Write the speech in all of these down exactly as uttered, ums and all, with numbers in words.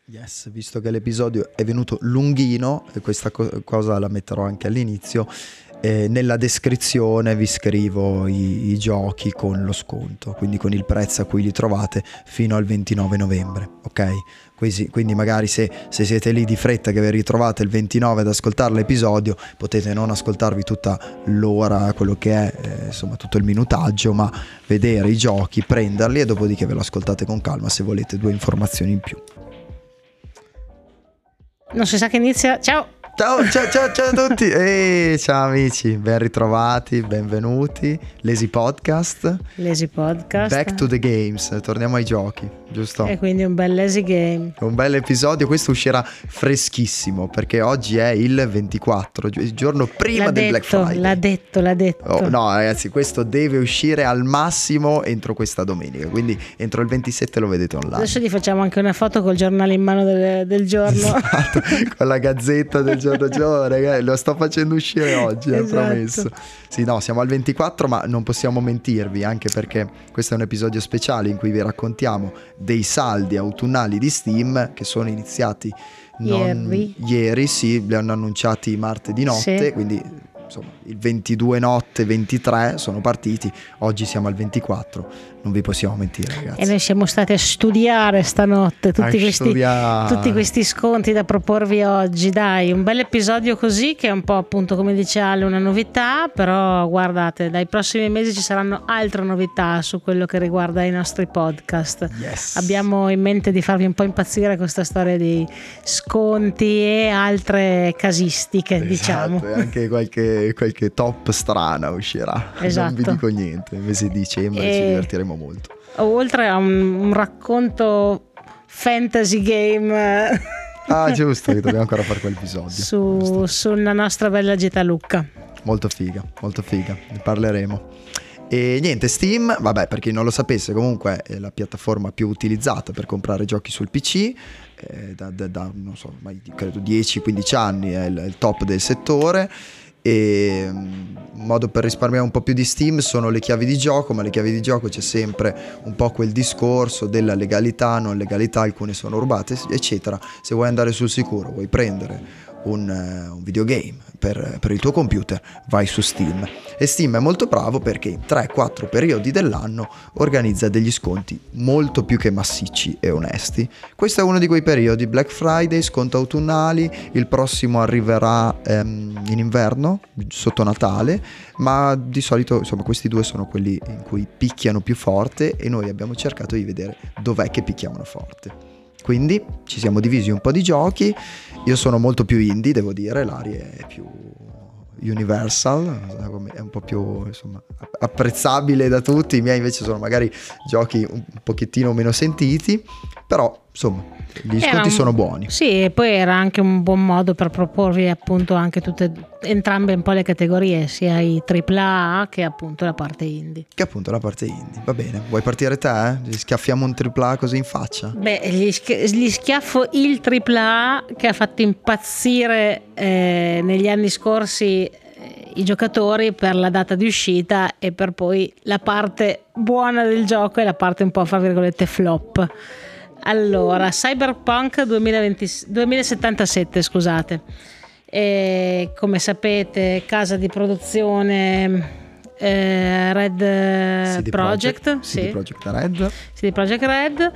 Yes, visto che l'episodio è venuto lunghino, e questa co- cosa la metterò anche all'inizio, eh, nella descrizione vi scrivo i, i giochi con lo sconto, quindi con il prezzo a cui li trovate fino al ventinove novembre, ok? Quindi, quindi magari se, se siete lì di fretta che vi ritrovate il ventinove ad ascoltare l'episodio, potete non ascoltarvi tutta l'ora, quello che è eh, insomma tutto il minutaggio, ma vedere i giochi, prenderli e dopodiché ve lo ascoltate con calma se volete due informazioni in più. Non si sa che inizia. Ciao! Ciao, ciao, ciao, ciao a tutti! Ehi, ciao amici, ben ritrovati, benvenuti. Lazy Podcast. Lazy Podcast. Back to the games, torniamo ai giochi, giusto? E quindi un bel lazy game. Un bel episodio, questo uscirà freschissimo perché oggi è il ventiquattro, il giorno prima l'ha del detto, Black Friday. L'ha detto, l'ha detto. Oh, no ragazzi, questo deve uscire al massimo entro questa domenica, quindi entro il ventisette lo vedete online. Adesso gli facciamo anche una foto col giornale in mano del, del giorno. Esatto, con la gazzetta del giorno giorno, ragazzi, lo sto facendo uscire oggi, esatto. Ho promesso. Sì, no, siamo al ventiquattro, ma non possiamo mentirvi, anche perché questo è un episodio speciale in cui vi raccontiamo dei saldi autunnali di Steam che sono iniziati non ieri, ieri sì, li hanno annunciati martedì notte, sì. Quindi insomma il ventidue notte, ventitré sono partiti, oggi siamo al ventiquattro, non vi possiamo mentire ragazzi. E noi siamo stati a studiare stanotte tutti, questi, tutti questi sconti da proporvi oggi, dai, un bel episodio così che è un po' appunto come dice Ale una novità, però guardate, dai prossimi mesi ci saranno altre novità su quello che riguarda i nostri podcast. Yes. Abbiamo in mente di farvi un po' impazzire questa storia di sconti e altre casistiche, esatto, diciamo. E anche qualche, qualche top strana uscirà, esatto. Non vi dico niente, nel mese di dicembre e... ci divertiremo molto. Oltre a un, un racconto fantasy game. Ah giusto, che dobbiamo ancora fare quell'episodio su, sulla nostra bella Gita Lucca. Molto figa, molto figa, ne parleremo. E niente, Steam, vabbè, per chi non lo sapesse, comunque è la piattaforma più utilizzata per comprare giochi sul P C, eh, da, da, da non so, ormai credo dieci quindici anni è il, il top del settore. E un modo per risparmiare un po' più di Steam sono le chiavi di gioco, ma le chiavi di gioco c'è sempre un po' quel discorso della legalità, non legalità, alcune sono rubate eccetera. Se vuoi andare sul sicuro, vuoi prendere un, uh, un videogame per, per il tuo computer, vai su Steam. E Steam è molto bravo perché in tre quattro periodi dell'anno organizza degli sconti molto più che massicci e onesti. Questo è uno di quei periodi, Black Friday, sconti autunnali, il prossimo arriverà um, in inverno, sotto Natale, ma di solito insomma questi due sono quelli in cui picchiano più forte e noi abbiamo cercato di vedere dov'è che picchiamo forte. Quindi ci siamo divisi un po' di giochi. Io sono molto più indie, devo dire, l'Ari è più universal, è un po' più insomma apprezzabile da tutti. I miei invece sono magari giochi un pochettino meno sentiti, però insomma gli sconti un, sono buoni. Sì, e poi era anche un buon modo per proporvi appunto anche tutte entrambe un po' le categorie, sia i tripla A che appunto la parte indie. Che appunto la parte indie. Va bene, vuoi partire te? Eh? Gli schiaffiamo un tripla A così in faccia? Beh, gli, schi- gli schiaffo il tripla A che ha fatto impazzire eh, negli anni scorsi eh, i giocatori per la data di uscita e per poi la parte buona del gioco e la parte un po' fra virgolette flop. Allora, Cyberpunk duemilaventi, duemilasettantasette, scusate. E, come sapete, casa di produzione eh, Red C D Project, Project, sì. C D Project Red. C D Project Red.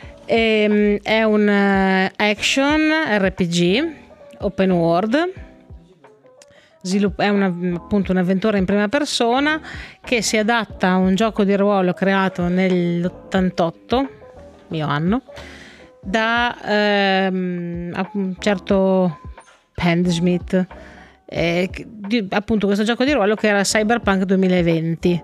E, è un uh, action R P G open world. Svilupp- è una, appunto un'avventura in prima persona che si adatta a un gioco di ruolo creato nell'ottantotto, mio anno, da ehm, un certo Pendsmith, eh, di, appunto questo gioco di ruolo che era Cyberpunk duemilaventi.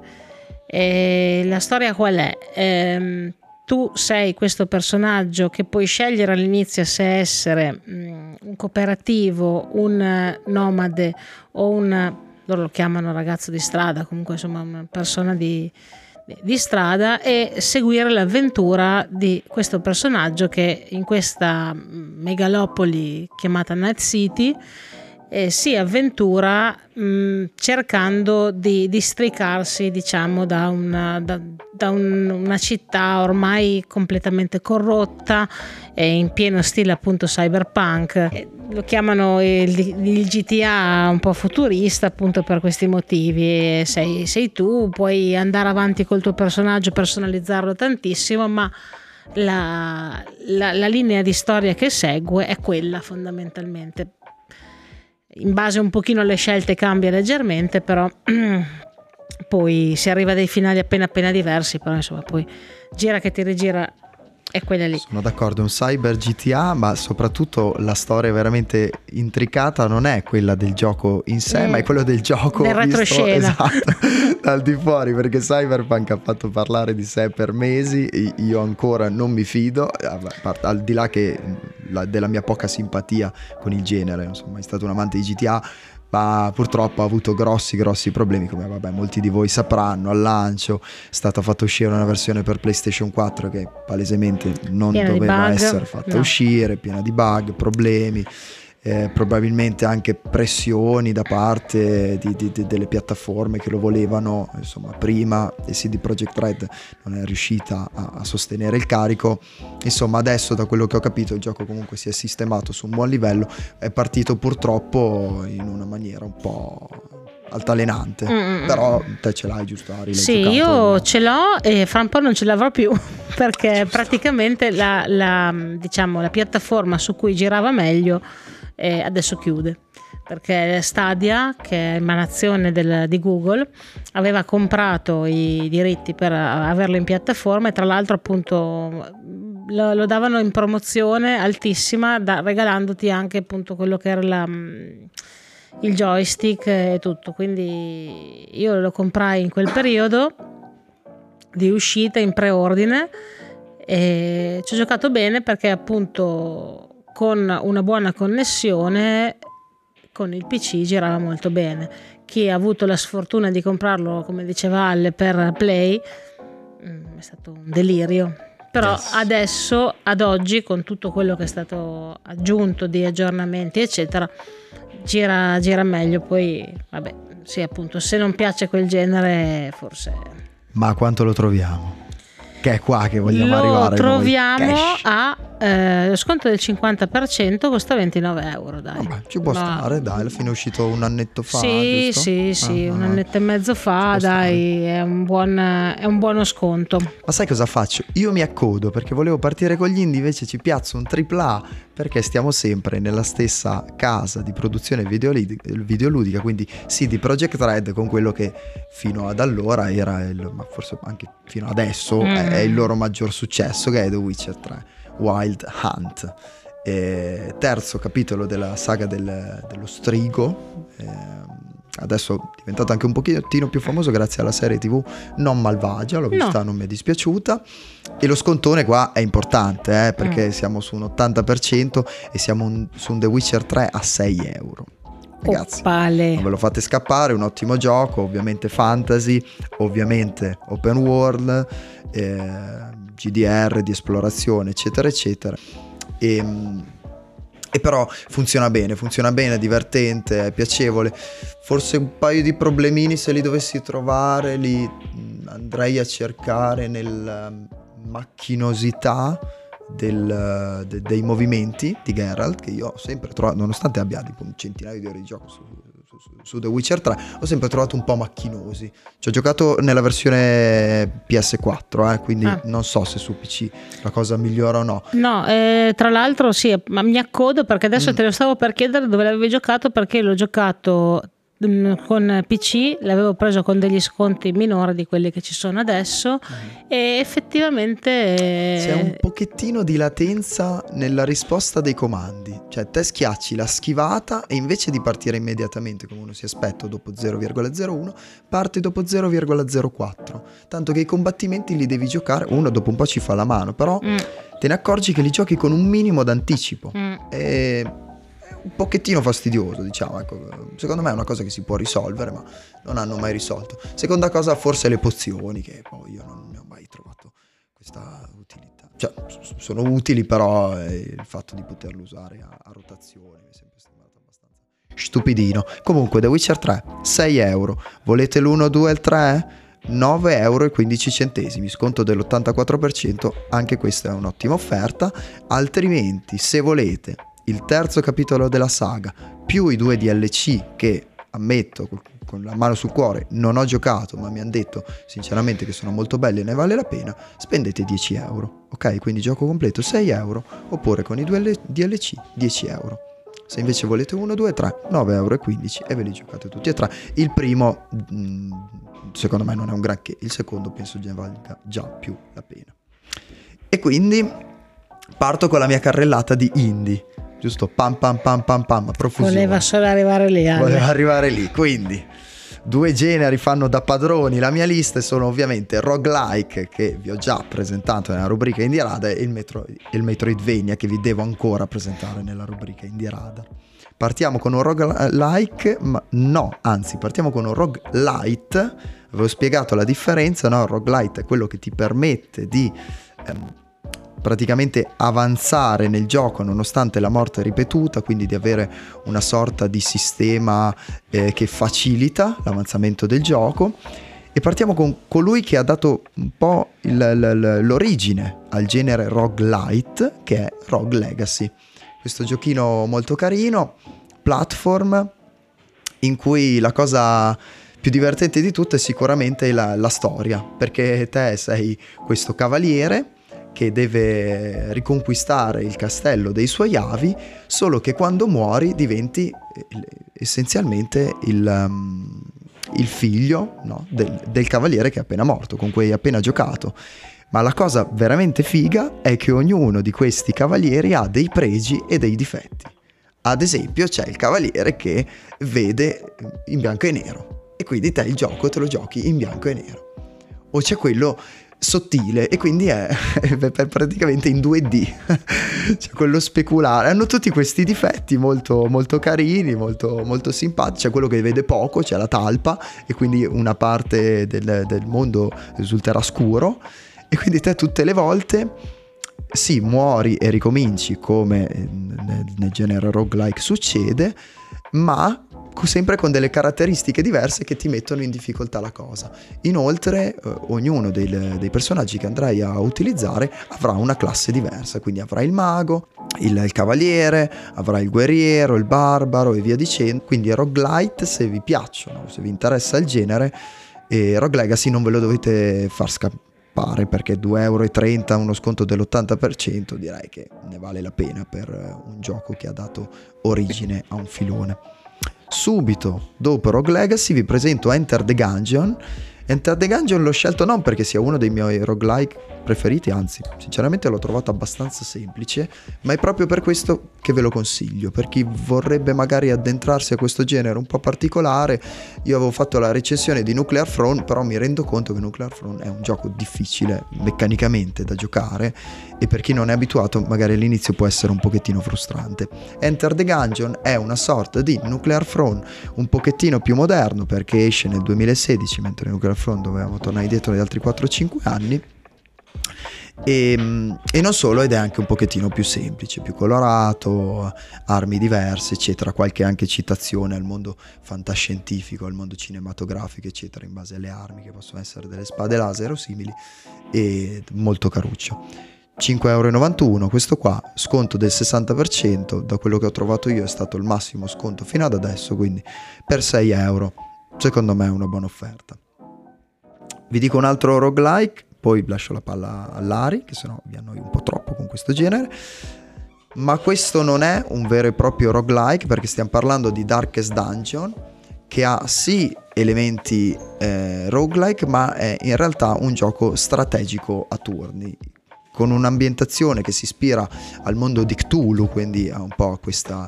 E la storia qual è? Ehm, tu sei questo personaggio che puoi scegliere all'inizio se essere mh, un cooperativo, un nomade o un, loro lo chiamano ragazzo di strada, comunque insomma una persona di di strada, e seguire l'avventura di questo personaggio che in questa megalopoli chiamata Night City eh, si avventura mh, cercando di districarsi, diciamo, da, una, da, da un, una città ormai completamente corrotta e in pieno stile appunto cyberpunk. E lo chiamano il, il G T A un po' futurista appunto per questi motivi. Sei, sei tu, puoi andare avanti col tuo personaggio, personalizzarlo tantissimo, ma la, la, la linea di storia che segue è quella fondamentalmente. In base un pochino alle scelte cambia leggermente, però poi si arriva a dei finali appena appena diversi, però insomma poi gira che ti rigira è quella lì. Sono d'accordo, è un cyber G T A, ma soprattutto la storia veramente intricata non è quella del gioco in sé, mm. ma è quello del gioco del retroscena. Esatto, dal di fuori, perché Cyberpunk ha fatto parlare di sé per mesi, io ancora non mi fido, al di là che la, della mia poca simpatia con il genere, non sono mai stato un amante di G T A, ma purtroppo ha avuto grossi grossi problemi, come vabbè molti di voi sapranno. Al lancio è stata fatta uscire una versione per PlayStation quattro che palesemente non piena doveva essere fatta no. uscire, piena di bug, problemi, eh, probabilmente anche pressioni da parte di, di, di, delle piattaforme che lo volevano, insomma prima, e C D Projekt Red non è riuscita a, a sostenere il carico. Insomma adesso, da quello che ho capito, il gioco comunque si è sistemato su un buon livello, è partito purtroppo in una maniera un po' altalenante. Mm. Però te ce l'hai, giusto Ari? Sì, giocato? Io ce l'ho e fra un po' non ce l'avrò più perché giusto. Praticamente la, la, diciamo, la piattaforma su cui girava meglio eh, adesso chiude, perché Stadia, che è emanazione del, di Google, aveva comprato i diritti per averlo in piattaforma e tra l'altro appunto lo, lo davano in promozione altissima, da, regalandoti anche appunto quello che era la, il joystick e tutto. Quindi io lo comprai in quel periodo di uscita in preordine e ci ho giocato bene perché appunto con una buona connessione con il P C girava molto bene. Chi ha avuto la sfortuna di comprarlo, come diceva Alle, per Play, è stato un delirio. Però yes. adesso, ad oggi, con tutto quello che è stato aggiunto di aggiornamenti eccetera, gira, gira meglio. Poi vabbè, sì, appunto, se non piace quel genere forse. Ma quanto lo troviamo? Che è qua che vogliamo lo arrivare. Lo troviamo a eh, lo sconto del cinquanta per cento, costa ventinove euro, dai. Vabbè, ci può no. stare, dai, alla fine è uscito un annetto fa. Sì, giusto? sì, sì, ah, un ah, annetto e mezzo fa, dai, è un, buon, è un buono sconto. Ma sai cosa faccio? Io mi accodo perché volevo partire con gli indie, invece ci piazzo un tripla A perché stiamo sempre nella stessa casa di produzione videoludica, quindi C D Projekt Red, con quello che fino ad allora era il, ma forse anche fino adesso mm. è, è il loro maggior successo, che è The Witcher tre Wild Hunt, e terzo capitolo della saga del, dello strigo. eh, Adesso è diventato anche un pochettino più famoso grazie alla serie tivù Non Malvagia, l'ho vista, no. non mi è dispiaciuta. E lo scontone qua è importante, eh, perché mm. siamo su un ottanta per cento e siamo un, su un The Witcher tre a sei euro. Ragazzi, Oppale. non ve lo fate scappare, un ottimo gioco, ovviamente fantasy, ovviamente open world, eh, G D R di esplorazione, eccetera, eccetera. E... E però funziona bene, funziona bene, è divertente, è piacevole. Forse un paio di problemini, se li dovessi trovare, li andrei a cercare nella macchinosità del, de, dei movimenti di Geralt, che io ho sempre trovato, nonostante abbia tipo un centinaio di ore di gioco su, su, su The Witcher tre, ho sempre trovato un po' macchinosi. Ci ho giocato nella versione P S quattro, eh, quindi ah. non so se su P C la cosa migliora o no. No, eh, tra l'altro sì, ma mi accodo perché adesso mm. te lo stavo per chiedere dove l'avevi giocato, perché l'ho giocato con P C, l'avevo preso con degli sconti minori di quelli che ci sono adesso mm. e effettivamente c'è un pochettino di latenza nella risposta dei comandi, cioè te schiacci la schivata e invece di partire immediatamente come uno si aspetta dopo zero virgola zero uno, parte dopo zero virgola zero quattro, tanto che i combattimenti li devi giocare, uno dopo un po' ci fa la mano, però mm. te ne accorgi che li giochi con un minimo d'anticipo mm. e un pochettino fastidioso, diciamo, ecco. Secondo me è una cosa che si può risolvere, ma non hanno mai risolto. Seconda cosa, forse le pozioni, che poi io non ne ho mai trovato questa utilità. Cioè, sono utili, però il fatto di poterlo usare a, a rotazione mi è sempre sembrato abbastanza stupidino. Comunque The Witcher tre, sei euro. Volete l'uno, due e il tre? nove euro e quindici centesimi, sconto dell'ottantaquattro per cento, anche questa è un'ottima offerta. Altrimenti, se volete il terzo capitolo della saga più i due D L C che, ammetto con la mano sul cuore, non ho giocato, ma mi hanno detto sinceramente che sono molto belli e ne vale la pena, spendete dieci euro, ok? Quindi gioco completo sei euro, oppure con i due D L C dieci euro. Se invece volete uno, due, tre, nove euro e quindici e ve li giocate tutti e tre. Il primo mh, secondo me non è un granché, il secondo penso ne valga già più la pena. E quindi parto con la mia carrellata di indie, giusto? Pam pam pam pam pam, a profusione. Voleva solo arrivare lì. Ale. Voleva arrivare lì, quindi due generi fanno da padroni la mia lista e sono ovviamente roguelike, che vi ho già presentato nella rubrica Indie Radar, e il, Metro, il Metroidvania, che vi devo ancora presentare nella rubrica Indie Radar. Partiamo con un roguelike, ma no, anzi partiamo con un roguelite. Avevo spiegato la differenza, no? Il roguelite è quello che ti permette di ehm, praticamente avanzare nel gioco nonostante la morte ripetuta, quindi di avere una sorta di sistema eh, che facilita l'avanzamento del gioco. E partiamo con colui che ha dato un po' il, l, l'origine al genere roguelite, che è Rogue Legacy. Questo giochino molto carino, platform, in cui la cosa più divertente di tutto è sicuramente la, la storia, perché te sei questo cavaliere che deve riconquistare il castello dei suoi avi, solo che quando muori diventi essenzialmente il, um, il figlio, no, del, del cavaliere che è appena morto, con cui hai appena giocato. Ma la cosa veramente figa è che ognuno di questi cavalieri ha dei pregi e dei difetti. Ad esempio c'è il cavaliere che vede in bianco e nero, e quindi te il gioco te lo giochi in bianco e nero. O c'è quello sottile e quindi è, è praticamente in due D. C'è quello speculare. Hanno tutti questi difetti molto, molto carini, molto, molto simpatici. C'è quello che vede poco, c'è la talpa, e quindi una parte del, del mondo risulterà scuro, e quindi te tutte le volte sì, muori e ricominci come nel, nel genere roguelike succede, ma sempre con delle caratteristiche diverse che ti mettono in difficoltà la cosa. Inoltre eh, ognuno dei, dei personaggi che andrai a utilizzare avrà una classe diversa, quindi avrai il mago, il, il cavaliere, avrai il guerriero, il barbaro e via dicendo. Quindi roguelite, se vi piacciono, se vi interessa il genere, e Rogue Legacy non ve lo dovete far scappare, perché due euro e trenta, uno sconto dell'ottanta per cento, direi che ne vale la pena per un gioco che ha dato origine a un filone. Subito dopo Rogue Legacy vi presento Enter the Gungeon. Enter the Gungeon l'ho scelto non perché sia uno dei miei roguelike preferiti, anzi sinceramente l'ho trovato abbastanza semplice, ma è proprio per questo che ve lo consiglio, per chi vorrebbe magari addentrarsi a questo genere un po' particolare. Io avevo fatto la recensione di Nuclear Throne, però mi rendo conto che Nuclear Throne è un gioco difficile meccanicamente da giocare, e per chi non è abituato magari all'inizio può essere un pochettino frustrante. Enter the Gungeon è una sorta di Nuclear Throne un pochettino più moderno, perché esce nel duemilasedici, mentre Nuclear Throne dovevamo tornare indietro di altri quattro cinque anni. E, e non solo, ed è anche un pochettino più semplice, più colorato, armi diverse eccetera, qualche anche citazione al mondo fantascientifico, al mondo cinematografico eccetera, in base alle armi che possono essere delle spade laser o simili, e molto caruccio. cinque euro e novantuno questo qua, sconto del sessanta per cento, da quello che ho trovato io è stato il massimo sconto fino ad adesso, quindi per sei euro secondo me è una buona offerta. Vi dico un altro roguelike, poi lascio la palla all'Ari, che sennò vi annoi un po' troppo con questo genere. Ma questo non è un vero e proprio roguelike, perché stiamo parlando di Darkest Dungeon, che ha sì elementi eh, roguelike, ma è in realtà un gioco strategico a turni, con un'ambientazione che si ispira al mondo di Cthulhu, quindi ha un po' questa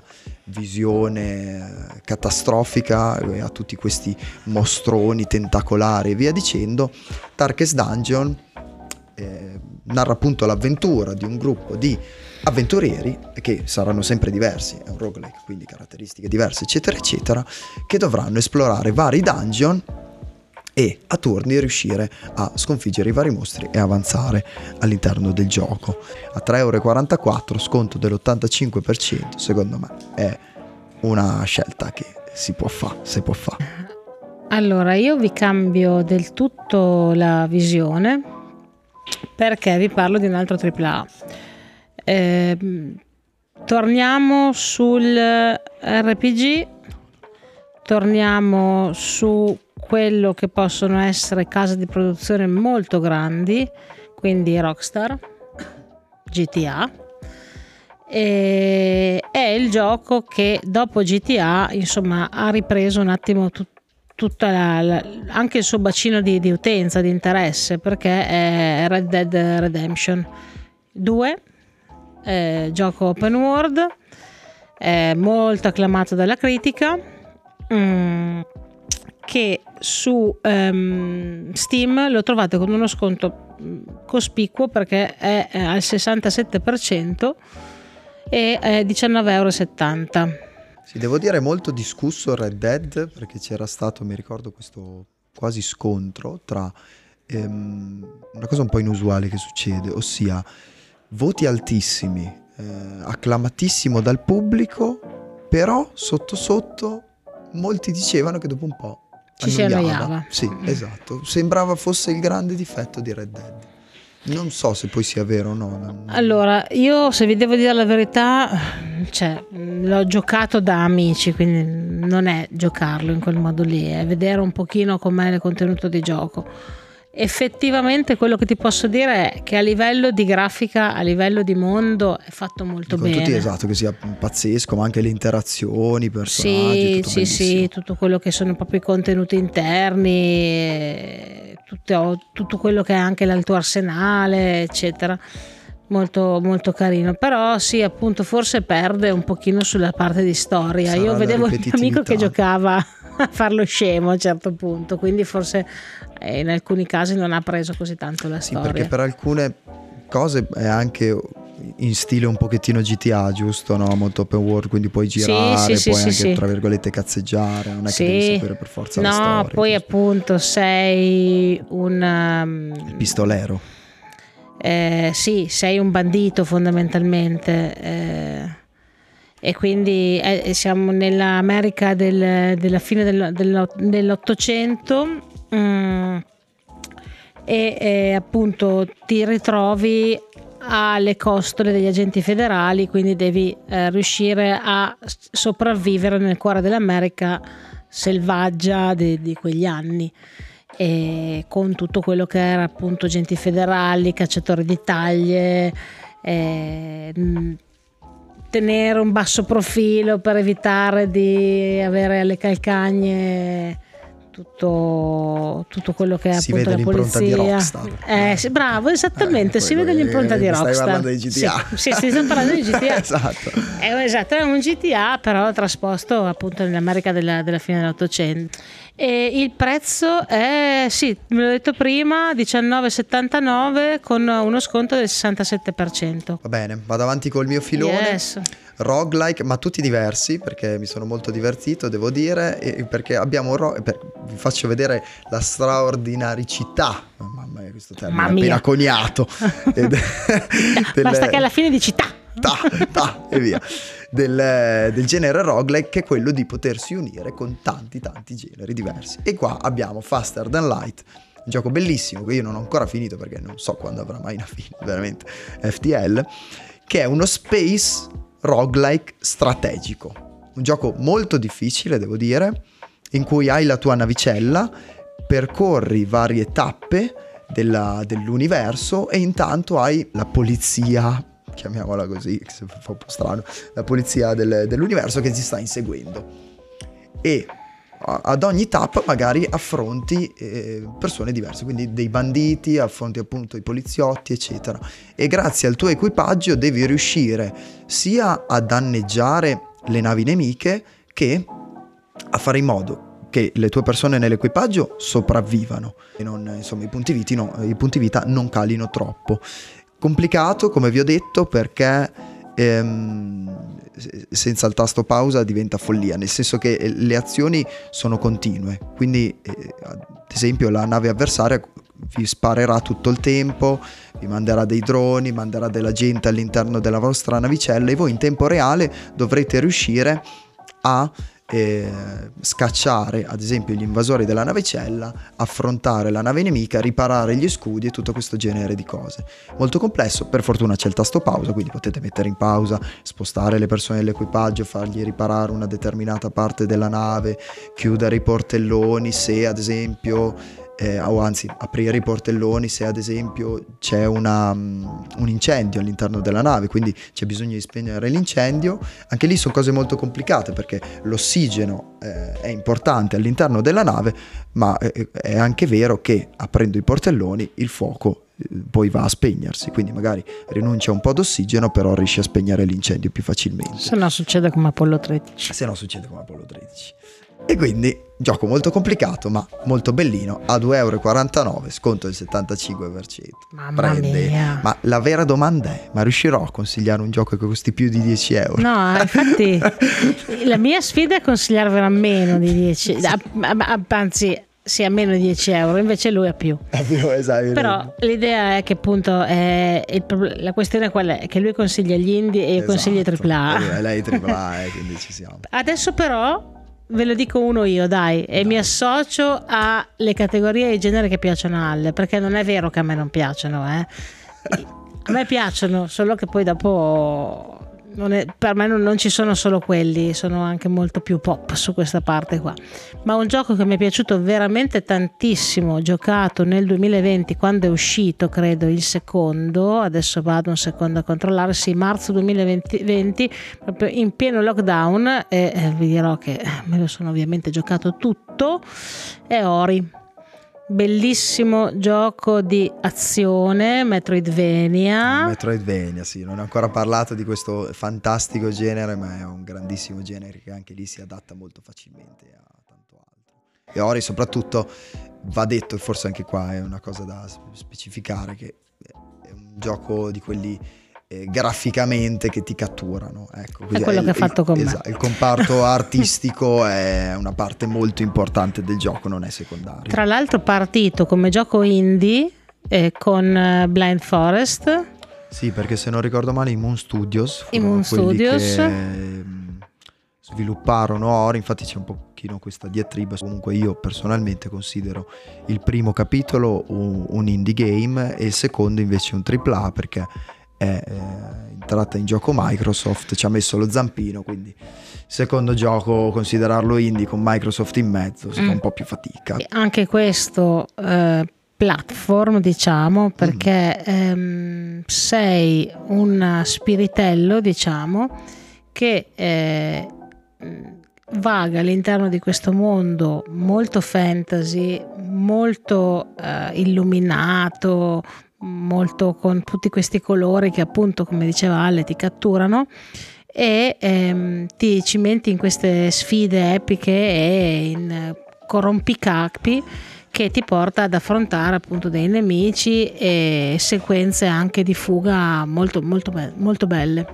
visione catastrofica, a tutti questi mostroni tentacolari e via dicendo. Darkest Dungeon eh, narra appunto l'avventura di un gruppo di avventurieri, che saranno sempre diversi, è un roguelike, quindi caratteristiche diverse eccetera eccetera, che dovranno esplorare vari dungeon e a turni riuscire a sconfiggere i vari mostri e avanzare all'interno del gioco. A tre euro e quarantaquattro, sconto dell'ottantacinque per cento, secondo me è una scelta che si può fare, se può fare. Allora, io vi cambio del tutto la visione perché vi parlo di un altro tripla A. Eh, torniamo sul R P G, torniamo su quello che possono essere case di produzione molto grandi, quindi Rockstar, G T A. E è il gioco che dopo G T A, insomma, ha ripreso un attimo tutto tutta la, la, anche il suo bacino di, di utenza, di interesse, perché è Red Dead Redemption due, eh, gioco open world, è molto acclamato dalla critica, mm, che su um, Steam lo trovate con uno sconto cospicuo perché è, è al sessantasette per cento e è diciannove virgola settanta euro. Sì, devo dire molto discusso Red Dead, perché c'era stato, mi ricordo, questo quasi scontro tra ehm, una cosa un po' inusuale che succede, ossia voti altissimi, eh, acclamatissimo dal pubblico, però sotto sotto molti dicevano che dopo un po' ci si annoiava. Sì, esatto, sembrava fosse il grande difetto di Red Dead. Non so se poi sia vero o no. Allora, io se vi devo dire la verità, cioè, l'ho giocato da amici, quindi non è giocarlo in quel modo lì, è vedere un pochino com'è il contenuto di gioco. Effettivamente quello che ti posso dire è che a livello di grafica, a livello di mondo è fatto molto Dico, bene. Tutti, esatto, che sia pazzesco, ma anche le interazioni, i personaggi, sì, tutto sì, bellissimo. sì, tutto quello che sono proprio i contenuti interni, tutto, tutto quello che è anche il tuo arsenale, eccetera. Molto, molto carino, però sì, appunto, forse perde un pochino sulla parte di storia. Sarà io vedevo il mio amico che ripetitività. giocava a farlo scemo a un certo punto, quindi forse eh, in alcuni casi non ha preso così tanto la Sì, storia. perché per alcune cose è anche in stile un pochettino G T A, giusto? No? Molto open world, quindi puoi girare, sì, sì, puoi sì, anche sì. tra virgolette cazzeggiare, non è Sì. che devi sapere per forza no, la storia. poi così. appunto sei un um, Il pistolero. eh, sì, sei un bandito fondamentalmente, eh, e quindi eh, siamo nell'America del, della fine del, del, dell'Ottocento, mm, e eh, appunto ti ritrovi alle costole degli agenti federali, quindi devi eh, riuscire a sopravvivere nel cuore dell'America selvaggia di, di quegli anni, e con tutto quello che era appunto agenti federali, cacciatori di taglie, eh, tenere un basso profilo per evitare di avere alle calcagne tutto, tutto quello che è Si appunto vede la l'impronta polizia. di Rockstar. Eh, sì, bravo, esattamente, Eh, si vede l'impronta eh, di Rockstar. Stai parlando di G T A. Sì, sì, sì, stiamo parlando di G T A. Esatto. È, esatto, è un G T A però trasposto appunto nell'America della, della fine dell'Ottocento. E il prezzo è, sì, ve l'ho detto prima, diciannove virgola settantanove con uno sconto del sessantasette per cento. Va bene, vado avanti col mio filone. Yes. Roguelike, ma tutti diversi, perché mi sono molto divertito, devo dire, e perché abbiamo un ro- per, vi faccio vedere la straordinaricità, mamma mia, questo termine Mamma è appena mia. coniato. Ed- delle- Basta che alla fine dici ta. ta, ta, e via. Del, del genere roguelike, che è quello di potersi unire con tanti tanti generi diversi. E qua abbiamo Faster Than Light, un gioco bellissimo che io non ho ancora finito perché non so quando avrà mai una fine, veramente, F T L, che è uno space roguelike strategico, un gioco molto difficile, devo dire, in cui hai la tua navicella, percorri varie tappe della, dell'universo e intanto hai la polizia, chiamiamola così, che fa un po' strano, la polizia del, dell'universo che ti sta inseguendo, e ad ogni tappa magari affronti eh, persone diverse, quindi dei banditi, affronti appunto i poliziotti, eccetera, e grazie al tuo equipaggio devi riuscire sia a danneggiare le navi nemiche che a fare in modo che le tue persone nell'equipaggio sopravvivano e non, insomma, i punti vita no, i punti vita non calino troppo. Complicato, come vi ho detto, perché ehm, senza il tasto pausa diventa follia, nel senso che le azioni sono continue, quindi eh, ad esempio la nave avversaria vi sparerà tutto il tempo, vi manderà dei droni, manderà della gente all'interno della vostra navicella e voi in tempo reale dovrete riuscire a eh, scacciare ad esempio gli invasori della navicella, affrontare la nave nemica, riparare gli scudi e tutto questo genere di cose. Molto complesso, per fortuna c'è il tasto pausa, quindi potete mettere in pausa, spostare le persone dell'equipaggio, fargli riparare una determinata parte della nave, chiudere i portelloni se ad esempio Eh, o anzi aprire i portelloni se ad esempio c'è una, um, un incendio all'interno della nave, quindi c'è bisogno di spegnere l'incendio. Anche lì sono cose molto complicate, perché l'ossigeno eh, è importante all'interno della nave, ma eh, è anche vero che aprendo i portelloni il fuoco eh, poi va a spegnersi, quindi magari rinuncia un po' d'ossigeno, però riesce a spegnere l'incendio più facilmente. Se no succede come Apollo tredici. Se no succede come Apollo tredici. E quindi gioco molto complicato ma molto bellino, a due e quarantanove euro, sconto del settantacinque per cento. Mamma Prende. mia. Ma la vera domanda è: ma riuscirò a consigliare un gioco che costi più di dieci euro? No, infatti la mia sfida è consigliarvela a meno di dieci, anzi sì, a meno di dieci euro, invece lui ha più. Esatto. Però l'idea è che appunto è il, la questione qual è? Che lui consiglia gli indie e io Esatto. consiglio i tripla A. E lei tripla A, eh, quindi ci siamo. Adesso però ve lo dico uno io, dai, e dai. Mi associo alle categorie e ai generi che piacciono a Alle, perché non è vero che a me non piacciono, eh. A me piacciono, solo che poi dopo non è, per me non, non ci sono solo quelli, sono anche molto più pop su questa parte qua. Ma un gioco che mi è piaciuto veramente tantissimo, giocato nel duemilaventi quando è uscito, credo il secondo, adesso vado un secondo a controllare, sì, marzo duemilaventi, proprio in pieno lockdown, e eh, vi dirò che me lo sono ovviamente giocato tutto, è Ori. Bellissimo gioco di azione, Metroidvania. Metroidvania, sì, non ho ancora parlato di questo fantastico genere, ma è un grandissimo genere che anche lì si adatta molto facilmente a tanto altro. E Ori soprattutto, va detto, e forse anche qua è una cosa da specificare, che è un gioco di quelli eh, graficamente che ti catturano, ecco. È quello che ha fatto con esatto, me. Il comparto artistico è una parte molto importante del gioco, non è secondario. Tra l'altro partito come gioco indie eh, con Blind Forest. Sì, perché se non ricordo male i Moon Studios I Moon Studios che mh, svilupparono Ori, infatti c'è un pochino questa diatriba. Comunque io personalmente considero il primo capitolo un, un indie game e il secondo invece un tripla A, perché è eh, entrata in gioco Microsoft, ci ha messo lo zampino, quindi secondo gioco considerarlo indie con Microsoft in mezzo si mm. fa un po' più fatica. E anche questo eh, platform, diciamo, perché mm. ehm, sei un spiritello, diciamo, che eh, vaga all'interno di questo mondo molto fantasy, molto eh, illuminato, molto con tutti questi colori che appunto, come diceva Ale, ti catturano e ehm, ti cimenti in queste sfide epiche e in corrompicapi che ti porta ad affrontare appunto dei nemici e sequenze anche di fuga molto molto, be- molto belle.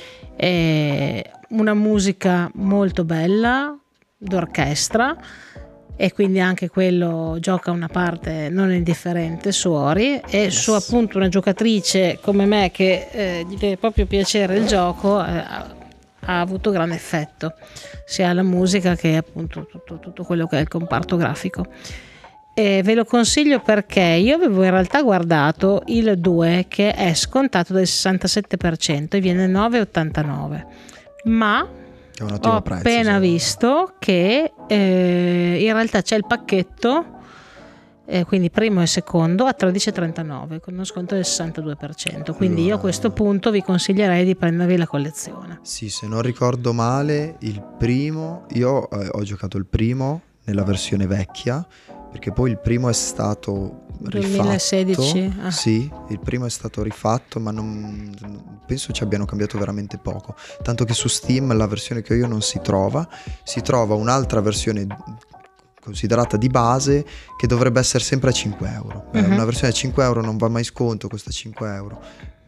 E una musica molto bella d'orchestra, e quindi anche quello gioca una parte non indifferente su Ori, e yes. su appunto una giocatrice come me che eh, gli deve proprio piacere il gioco, eh, ha avuto grande effetto sia la musica che appunto tutto, tutto quello che è il comparto grafico. E ve lo consiglio perché io avevo in realtà guardato il due che è scontato del sessantasette per cento e viene nove virgola ottantanove, ma è un ottimo ho prezzo, appena sì. visto che eh, in realtà c'è il pacchetto, eh, quindi primo e secondo, a tredici virgola trentanove con uno sconto del sessantadue per cento, quindi allora, io a questo punto vi consiglierei di prendervi la collezione. Sì, se non ricordo male il primo, io eh, ho giocato il primo nella versione vecchia, perché poi il primo è stato rifatto. duemilasedici Ah. Sì, il primo è stato rifatto, ma non penso ci abbiano cambiato veramente poco, tanto che su Steam la versione che ho io non si trova, si trova un'altra versione considerata di base che dovrebbe essere sempre a cinque euro. Mm-hmm. Una versione a cinque euro non va mai sconto, costa cinque euro.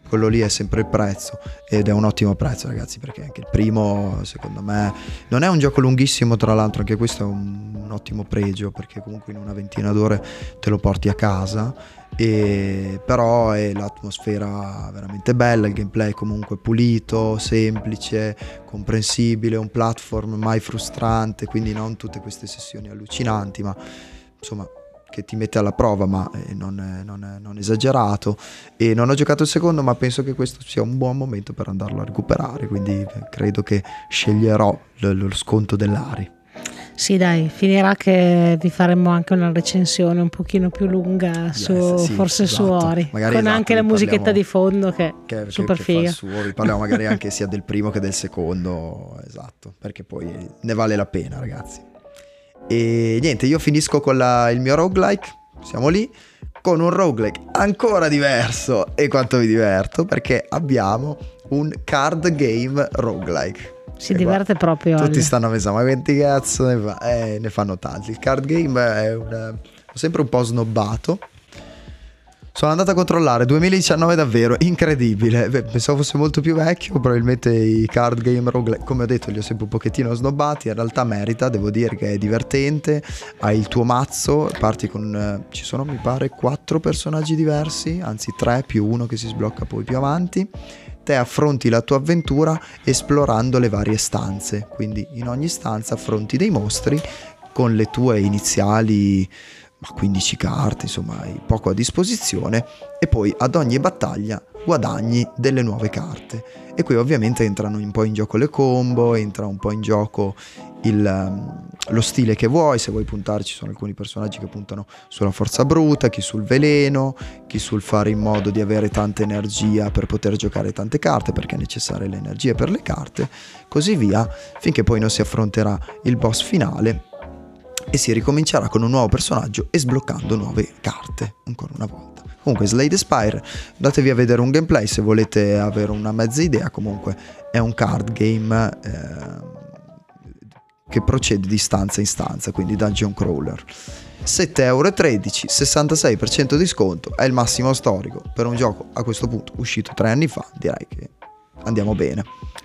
quello lì è sempre il prezzo, ed è un ottimo prezzo, ragazzi, perché anche il primo secondo me non è un gioco lunghissimo, tra l'altro anche questo è un, un ottimo pregio, perché comunque in una ventina d'ore te lo porti a casa, e però è l'atmosfera veramente bella, il gameplay comunque pulito, semplice, comprensibile, un platform mai frustrante, quindi non tutte queste sessioni allucinanti, ma insomma che ti mette alla prova, ma eh, non, è, non, è, non esagerato. E non ho giocato il secondo, ma penso che questo sia un buon momento per andarlo a recuperare, quindi credo che sceglierò lo, lo sconto dell'Ari. Sì, dai, finirà che vi faremo anche una recensione un pochino più lunga su, yes, sì, forse esatto. su Ori, magari con esatto, anche la musichetta di fondo che, che è super che, figa. Che fa il suo. Vi parliamo magari anche sia del primo che del secondo, esatto, perché poi ne vale la pena, ragazzi. E niente, io finisco con la, il mio roguelike, siamo lì, con un roguelike ancora diverso, e quanto mi diverto, perché abbiamo un card game roguelike. Si e diverte qua, proprio. Tutti Ale. stanno pensando, ma quanti cazzo ne, fa? Eh, ne fanno tanti. Il card game è una, ho sempre un po' snobbato. Sono andato a controllare, duemiladiciannove davvero, incredibile. Beh, pensavo fosse molto più vecchio, probabilmente i card game roguelike, come ho detto, li ho sempre un pochettino snobbati, in realtà merita, devo dire che è divertente, hai il tuo mazzo, parti con, eh, ci sono mi pare quattro personaggi diversi, anzi tre più uno che si sblocca poi più avanti, te affronti la tua avventura esplorando le varie stanze, quindi in ogni stanza affronti dei mostri con le tue iniziali... ma quindici carte, insomma hai poco a disposizione, e poi ad ogni battaglia guadagni delle nuove carte, e qui ovviamente entrano un po' in gioco le combo, entra un po' in gioco il, um, lo stile che vuoi, se vuoi puntare, ci sono alcuni personaggi che puntano sulla forza bruta, chi sul veleno, chi sul fare in modo di avere tanta energia per poter giocare tante carte, perché è necessaria l'energia per le carte, così via, finché poi non si affronterà il boss finale e si ricomincerà con un nuovo personaggio e sbloccando nuove carte ancora una volta. Comunque Slay the Spire, andatevi a vedere un gameplay se volete avere una mezza idea. Comunque è un card game eh, che procede di stanza in stanza, quindi dungeon crawler. sette e tredici euro, sessantasei per cento di sconto, è il massimo storico per un gioco a questo punto uscito tre anni fa, direi che andiamo bene.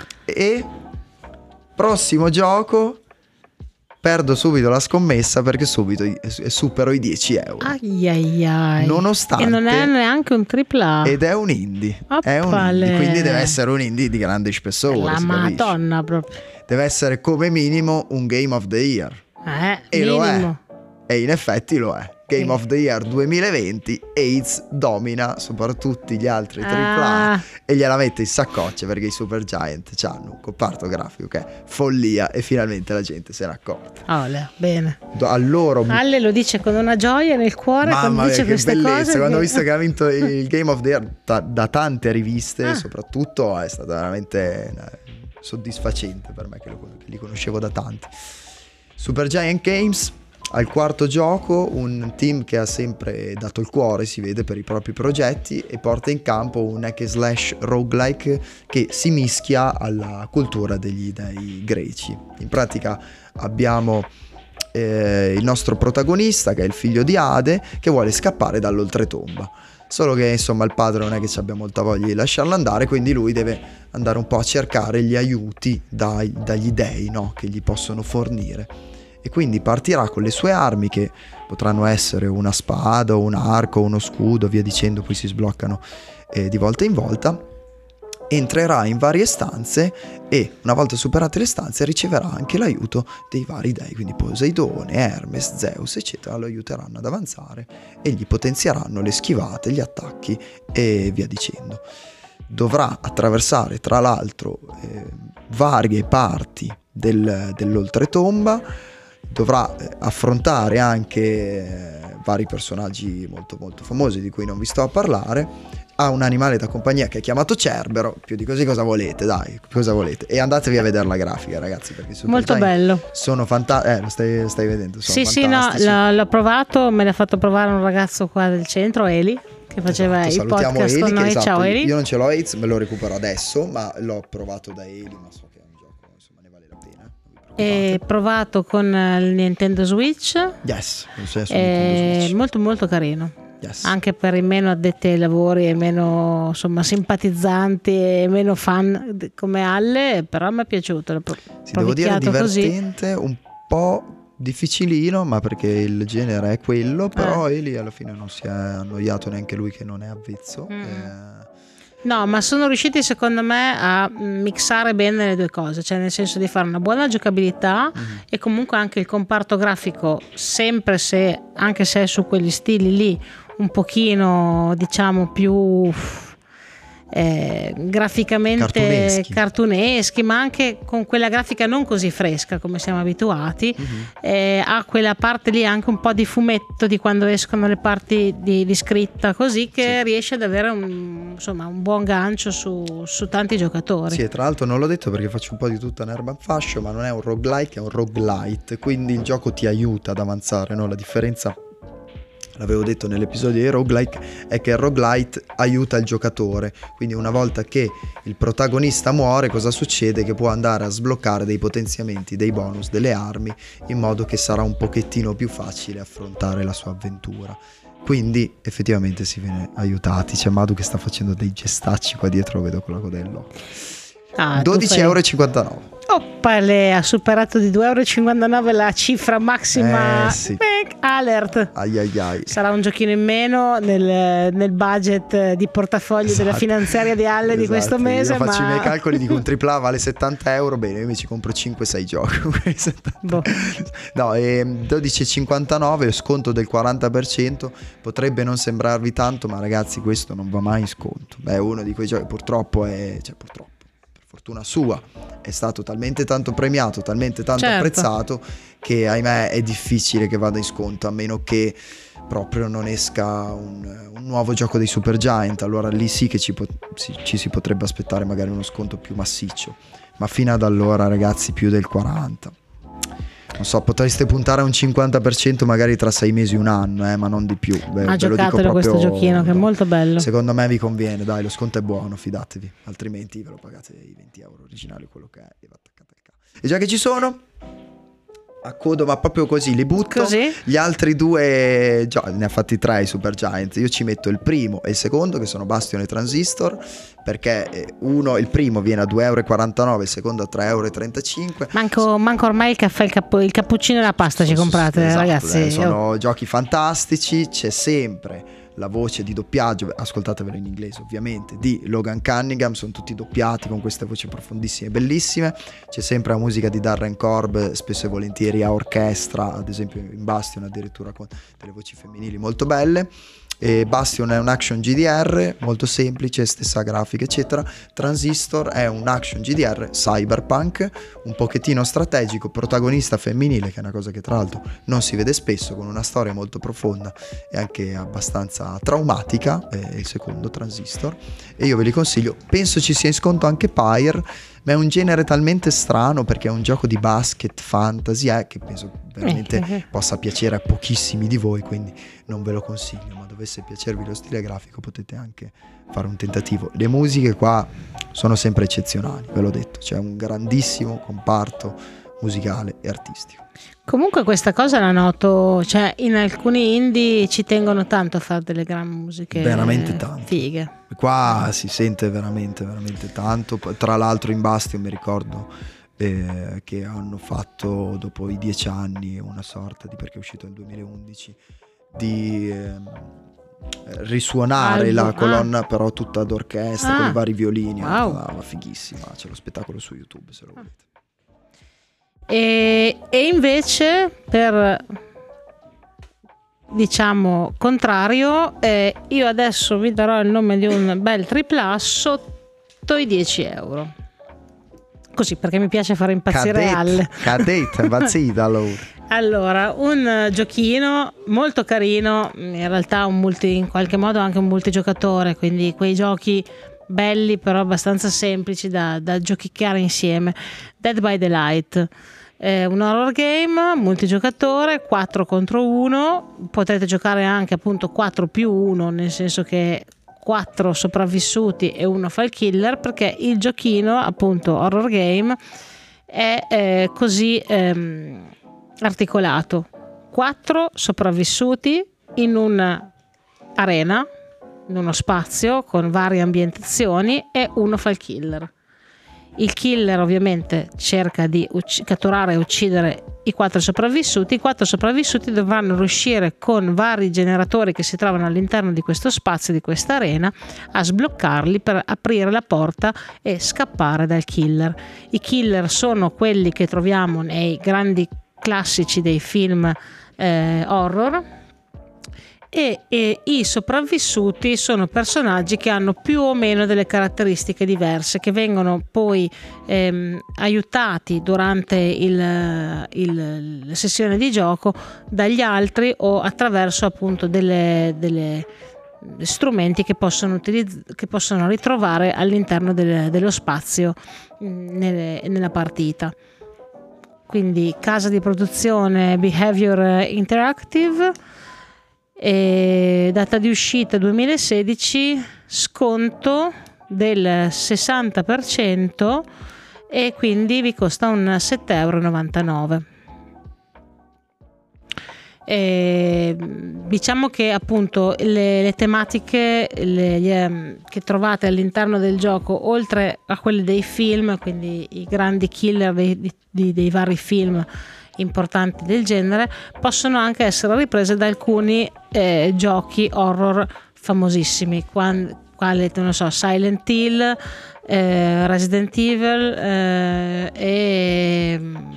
E prossimo gioco, perdo subito la scommessa perché subito supero i dieci euro. Ai ai ai. Nonostante. E non è neanche un tripla A. Ed è un indie. Oppale. È un indie, quindi deve essere un indie di grande spessore. La madonna proprio. Deve essere come minimo un Game of the Year. Eh, e minimo. lo è. E in effetti lo è. Game sì. of the Year duemilaventi, AIDS domina soprattutto gli altri tripla A ah. e gliela mette in saccoccia, perché i Supergiant hanno un comparto grafico che è follia, e finalmente la gente se n'è accorta. Olè, bene. Al loro... Alle lo dice con una gioia nel cuore. Mamma quando dice mia, che queste bellezza, cose quando che... ho visto che ha vinto il Game of the Year da, da tante riviste, ah. soprattutto è stata veramente soddisfacente per me, che, lo, che li conoscevo da tanti. Supergiant Games, al quarto gioco, un team che ha sempre dato il cuore, si vede, per i propri progetti, e porta in campo un hack and slash roguelike che si mischia alla cultura degli dei greci. In pratica abbiamo eh, il nostro protagonista, che è il figlio di Ade, che vuole scappare dall'oltretomba. Solo che insomma il padre non è che ci abbia molta voglia di lasciarlo andare, quindi lui deve andare un po' a cercare gli aiuti dai, dagli dei, no? Che gli possono fornire. E quindi partirà con le sue armi, che potranno essere una spada, un arco, uno scudo, via dicendo, poi si sbloccano eh, di volta in volta. Entrerà in varie stanze e una volta superate le stanze riceverà anche l'aiuto dei vari dei, quindi Poseidone, Hermes, Zeus eccetera lo aiuteranno ad avanzare e gli potenzieranno le schivate, gli attacchi e via dicendo. Dovrà attraversare tra l'altro eh, varie parti del, dell'oltretomba, dovrà affrontare anche eh, vari personaggi molto molto famosi di cui non vi sto a parlare. Ha un animale da compagnia che è chiamato Cerbero. Più di così cosa volete, dai, cosa volete? E andatevi a vedere la grafica, ragazzi, perché molto bello, sono fantastici. Eh, lo stai, lo stai vedendo, sono sì fantastici. Sì, no, l'ho, l'ho provato, me l'ha fatto provare un ragazzo qua del centro, Eli, che faceva esatto, il podcast Eli, con noi. Esatto, ciao Eli. Io non ce l'ho AIDS, me lo recupero adesso, ma l'ho provato da Eli, ma so che è un gioco, insomma, ne vale la pena. E provato con il Nintendo Switch. Yes, non so, è molto molto carino. Yes. Anche per i meno addetti ai lavori e meno insomma simpatizzanti e meno fan come Alle, però mi è piaciuto. Sì, devo dire divertente, così. Un po' difficilino, ma perché il genere è quello, però eh. Eli alla fine non si è annoiato, neanche lui che non è avvezzo. Mm. Eh, No, ma sono riusciti secondo me a mixare bene le due cose, cioè nel senso di fare una buona giocabilità mm-hmm. e comunque anche il comparto grafico, sempre se, anche se è su quegli stili lì, un pochino diciamo più eh, graficamente cartuneschi. cartuneschi, ma anche con quella grafica non così fresca come siamo abituati, mm-hmm. eh, ha quella parte lì anche un po' di fumetto di quando escono le parti di, di scritta, così che sì. riesce ad avere un, insomma, un buon gancio su, su tanti giocatori. Sì, e tra l'altro non l'ho detto perché faccio un po' di tutta un'erba in fascio, ma non è un roguelike, è un roguelite, quindi il gioco ti aiuta ad avanzare, no? La differenza, l'avevo detto nell'episodio di roguelike, è che il roguelite aiuta il giocatore, quindi una volta che il protagonista muore, cosa succede? Che può andare a sbloccare dei potenziamenti, dei bonus, delle armi, in modo che sarà un pochettino più facile affrontare la sua avventura. Quindi effettivamente si viene aiutati. C'è Madu che sta facendo dei gestacci qua dietro, lo vedo con la codello. Ah, dodici virgola cinquantanove euro. Oppale, ha superato di due virgola cinquantanove euro la cifra massima. Eh, sì. Alert. Ai ai ai. Sarà un giochino in meno nel, nel budget di portafogli esatto. della finanziaria di Alle esatto. di questo mese. Io faccio ma... i miei calcoli, dico un tripla vale settanta euro, bene, io mi ci compro cinque sei giochi. Boh. No, e dodici virgola cinquantanove, sconto del quaranta per cento, potrebbe non sembrarvi tanto, ma ragazzi questo non va mai in sconto. Beh, è uno di quei giochi, purtroppo è, cioè purtroppo, fortuna sua, è stato talmente tanto premiato, talmente tanto certo. apprezzato, che ahimè è difficile che vada in sconto, a meno che proprio non esca un, un nuovo gioco dei Supergiant. Allora lì sì che ci, po- ci, ci si potrebbe aspettare magari uno sconto più massiccio, ma fino ad allora ragazzi più del quaranta. Non so, potreste puntare a un cinquanta per cento magari tra sei mesi, un anno, eh, ma non di più. Beh, ma giocatelo questo giochino che è molto bello. Secondo me vi conviene, dai, lo sconto è buono, fidatevi. Altrimenti ve lo pagate i venti euro originali, quello che è, e va attaccate al cavo. E già che ci sono, accodo, ma proprio così, li butto. Così? Gli altri due, già, ne ha fatti tre i Supergiant. Io ci metto il primo e il secondo, che sono Bastion e Transistor, perché uno, il primo viene a due virgola quarantanove euro, il secondo a tre virgola trentacinque euro. Manco, manco ormai il caffè, il, capo, il cappuccino e la pasta ci comprate, esatto, ragazzi. Eh, sono oh. giochi fantastici, c'è sempre la voce di doppiaggio, ascoltatevelo in inglese ovviamente, di Logan Cunningham, sono tutti doppiati con queste voci profondissime e bellissime. C'è sempre la musica di Darren Korb, spesso e volentieri a orchestra, ad esempio in Bastion addirittura con delle voci femminili molto belle. E Bastion è un action G D R molto semplice, stessa grafica eccetera. Transistor è un action G D R cyberpunk, un pochettino strategico, protagonista femminile, che è una cosa che tra l'altro non si vede spesso, con una storia molto profonda e anche abbastanza traumatica, è il secondo Transistor, e io ve li consiglio. Penso ci sia in sconto anche Pyre, ma è un genere talmente strano perché è un gioco di basket fantasy eh, che penso veramente possa piacere a pochissimi di voi, quindi non ve lo consiglio, ma dovesse piacervi lo stile grafico potete anche fare un tentativo. Le musiche qua sono sempre eccezionali, ve l'ho detto, c'è un grandissimo comparto musicale e artistico. Comunque questa cosa la noto, cioè in alcuni indie ci tengono tanto a fare delle gran musiche veramente tanto fighe. Qua si sente veramente veramente tanto. Tra l'altro in Bastion mi ricordo eh, che hanno fatto dopo i dieci anni una sorta di, perché è uscito nel duemilaundici, di eh, risuonare Albo. la colonna ah. però tutta ad orchestra ah. con i vari violini. Wow. Ah, fighissima, c'è lo spettacolo su YouTube se lo volete. E, e invece per diciamo contrario, eh, io adesso vi darò il nome di un bel tripla sotto i dieci euro, così, perché mi piace fare impazzire Alle. Cadetta, impazzita allora. Allora, un giochino molto carino, in realtà un multi, in qualche modo anche un multigiocatore, quindi quei giochi belli però abbastanza semplici da, da giochicchiare insieme. Dead by Daylight è un horror game multigiocatore, quattro contro uno, potrete giocare anche appunto quattro più uno, nel senso che quattro sopravvissuti e uno fa il killer, perché il giochino appunto horror game è eh, così ehm, articolato: quattro sopravvissuti in un arena in uno spazio con varie ambientazioni e uno fa il killer. Il killer ovviamente cerca di ucc- catturare e uccidere i quattro sopravvissuti. I quattro sopravvissuti dovranno riuscire con vari generatori che si trovano all'interno di questo spazio, di questa arena, a sbloccarli per aprire la porta e scappare dal killer. I killer sono quelli che troviamo nei grandi classici dei film eh, horror. E, e i sopravvissuti sono personaggi che hanno più o meno delle caratteristiche diverse, che vengono poi ehm, aiutati durante il, il, la sessione di gioco dagli altri o attraverso appunto delle, delle strumenti che possono, utilizz- che possono ritrovare all'interno del, dello spazio mh, nelle, nella partita. Quindi casa di produzione Behavior Interactive. E data di uscita duemilasedici, sconto del sessanta per cento e quindi vi costa un sette e novantanove euro. E diciamo che appunto le, le tematiche le, le, che trovate all'interno del gioco, oltre a quelle dei film, quindi i grandi killer dei, dei, dei vari film importanti del genere, possono anche essere riprese da alcuni eh, giochi horror famosissimi, quali, quali non so, Silent Hill, eh, Resident Evil eh, e,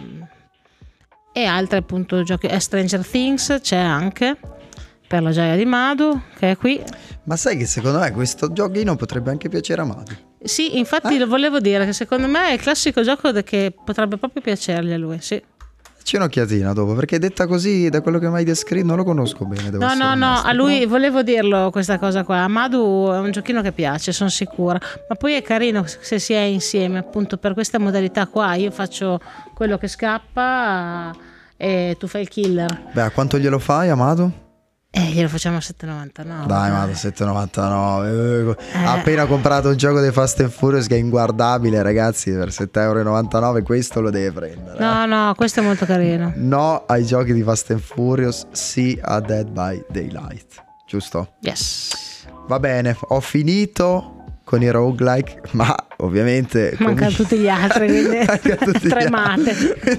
e altri appunto giochi. eh, Stranger Things c'è anche, per la gioia di Madu che è qui. Ma sai che secondo me questo giochino potrebbe anche piacere a Madu? Sì, infatti eh? lo volevo dire, che secondo me è il classico gioco che potrebbe proprio piacergli a lui, sì. C'è un'occhiatina dopo, perché detta così, da quello che mi hai descritto, non lo conosco bene. Devo no, no, no, onesto, a lui però... volevo dirlo questa cosa qua. A Madu è un giochino che piace, sono sicura. Ma poi è carino se si è insieme, appunto per questa modalità qua. Io faccio quello che scappa e tu fai il killer. Beh, a quanto glielo fai, Amado? Eh, glielo facciamo a sette e novantanove. Dai, Amado, sette e novantanove. Eh. Ha appena comprato un gioco dei Fast and Furious che è inguardabile, ragazzi. Per sette e novantanove euro questo lo deve prendere. No, eh. no, questo è molto carino. No ai giochi di Fast and Furious, sì a Dead by Daylight. Giusto? Yes. Va bene, ho finito con i roguelike, ma ovviamente mancano come... tutti gli altri, quindi tremate.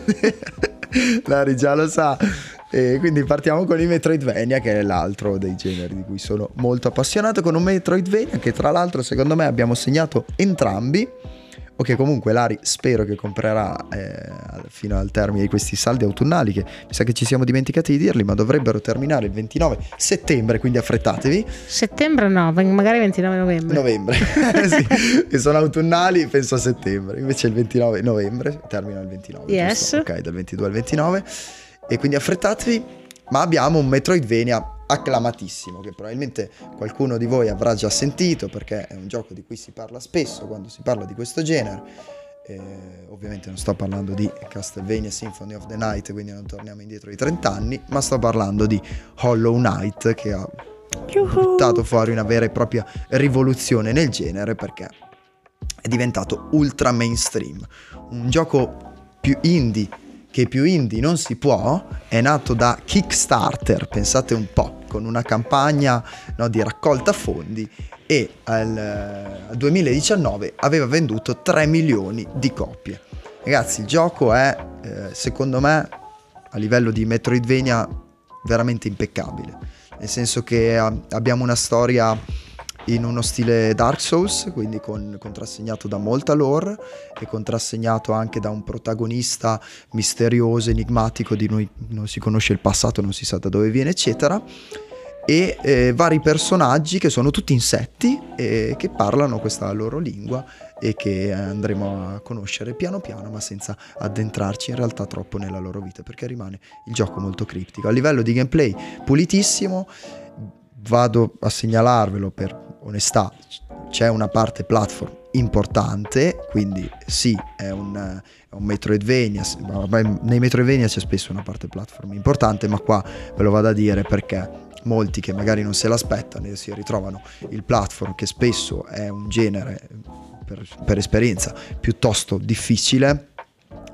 Lari già lo sa. E quindi partiamo con i Metroidvania, che è l'altro dei generi di cui sono molto appassionato, con un Metroidvania che tra l'altro secondo me abbiamo segnato entrambi, o che comunque Lari spero che comprerà eh, fino al termine di questi saldi autunnali, che mi sa che ci siamo dimenticati di dirli, ma dovrebbero terminare il ventinove settembre, quindi affrettatevi. Settembre no, magari ventinove novembre. Novembre, sì, che sono autunnali, penso a settembre, invece il ventinove novembre termina il ventinove. Yes. Giusto? Ok, dal ventidue al ventinove. E quindi affrettatevi, ma abbiamo un Metroidvania acclamatissimo che probabilmente qualcuno di voi avrà già sentito, perché è un gioco di cui si parla spesso quando si parla di questo genere. Eh, ovviamente non sto parlando di Castlevania Symphony of the Night, quindi non torniamo indietro di trenta anni, ma sto parlando di Hollow Knight, che ha buttato fuori una vera e propria rivoluzione nel genere, perché è diventato ultra mainstream, un gioco più indie che più indie non si può, è nato da Kickstarter, pensate un po', con una campagna, no, di raccolta fondi, e al, al duemiladiciannove aveva venduto tre milioni di copie. Ragazzi, il gioco è eh, secondo me a livello di Metroidvania veramente impeccabile, nel senso che a, abbiamo una storia in uno stile Dark Souls, quindi con, contrassegnato da molta lore e contrassegnato anche da un protagonista misterioso, enigmatico, di cui non si conosce il passato, non si sa da dove viene, eccetera, e eh, vari personaggi che sono tutti insetti e che parlano questa loro lingua e che andremo a conoscere piano piano, ma senza addentrarci in realtà troppo nella loro vita, perché rimane il gioco molto criptico. A livello di gameplay pulitissimo, vado a segnalarvelo per onestà, c'è una parte platform importante, quindi sì, è un, è un Metroidvania, nei Metroidvania c'è spesso una parte platform importante, ma qua ve lo vado a dire perché molti che magari non se l'aspettano e si ritrovano il platform, che spesso è un genere per, per esperienza piuttosto difficile,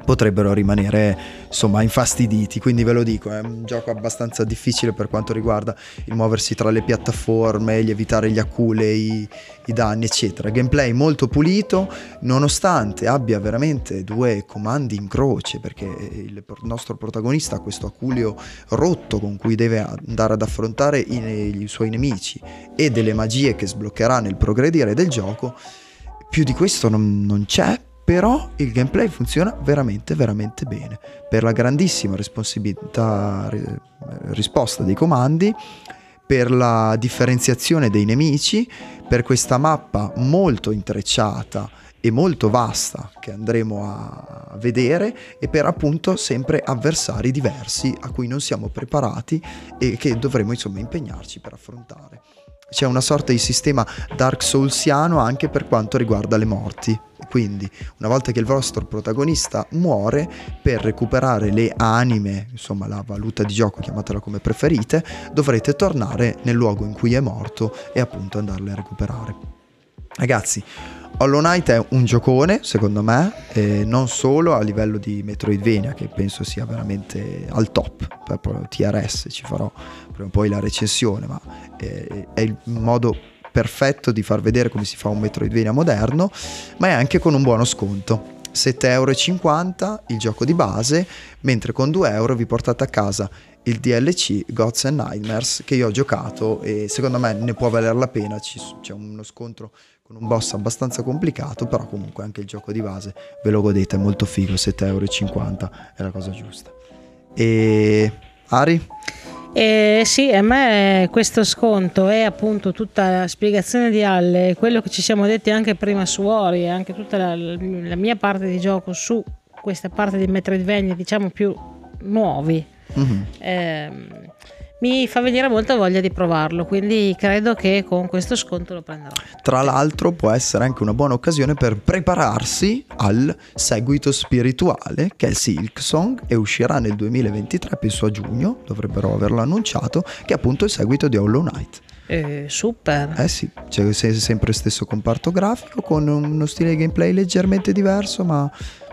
potrebbero rimanere insomma infastiditi. Quindi ve lo dico, è un gioco abbastanza difficile per quanto riguarda il muoversi tra le piattaforme, gli evitare gli aculei, i danni eccetera. Gameplay molto pulito nonostante abbia veramente due comandi in croce, perché il nostro protagonista ha questo aculeo rotto con cui deve andare ad affrontare i, i suoi nemici e delle magie che sbloccherà nel progredire del gioco. Più di questo non, non c'è. Però il gameplay funziona veramente veramente bene per la grandissima responsabilità risposta dei comandi, per la differenziazione dei nemici, per questa mappa molto intrecciata e molto vasta che andremo a vedere, e per appunto sempre avversari diversi a cui non siamo preparati e che dovremo insomma impegnarci per affrontare. C'è una sorta di sistema Dark Soulsiano anche per quanto riguarda le morti. Quindi una volta che il vostro protagonista muore, per recuperare le anime, insomma la valuta di gioco, chiamatela come preferite, dovrete tornare nel luogo in cui è morto e appunto andarle a recuperare. Ragazzi, Hollow Knight è un giocone secondo me, eh, non solo a livello di Metroidvania, che penso sia veramente al top, proprio T R S, ci farò prima o poi la recensione, ma eh, è il modo perfetto di far vedere come si fa un Metroidvania moderno, ma è anche con un buono sconto, sette e cinquanta euro il gioco di base, mentre con due euro vi portate a casa il D L C Gods and Nightmares, che io ho giocato e secondo me ne può valere la pena. C'è uno scontro con un boss abbastanza complicato, però comunque anche il gioco di base ve lo godete, è molto figo, sette e cinquanta euro è la cosa giusta. E Ari? Eh, sì, a me questo sconto è appunto tutta la spiegazione di Alle, quello che ci siamo detti anche prima su Ori, e anche tutta la, la mia parte di gioco su questa parte di Metroidvania, diciamo più nuovi. Mm-hmm. Eh, mi fa venire molta voglia di provarlo, quindi credo che con questo sconto lo prenderò. Tra l'altro può essere anche una buona occasione per prepararsi al seguito spirituale, che è Silksong, e uscirà nel duemilaventitré, penso a giugno, dovrebbero averlo annunciato, che è appunto il seguito di Hollow Knight. Eh, super. Eh sì, c'è sempre lo stesso comparto grafico con uno stile di gameplay leggermente diverso, ma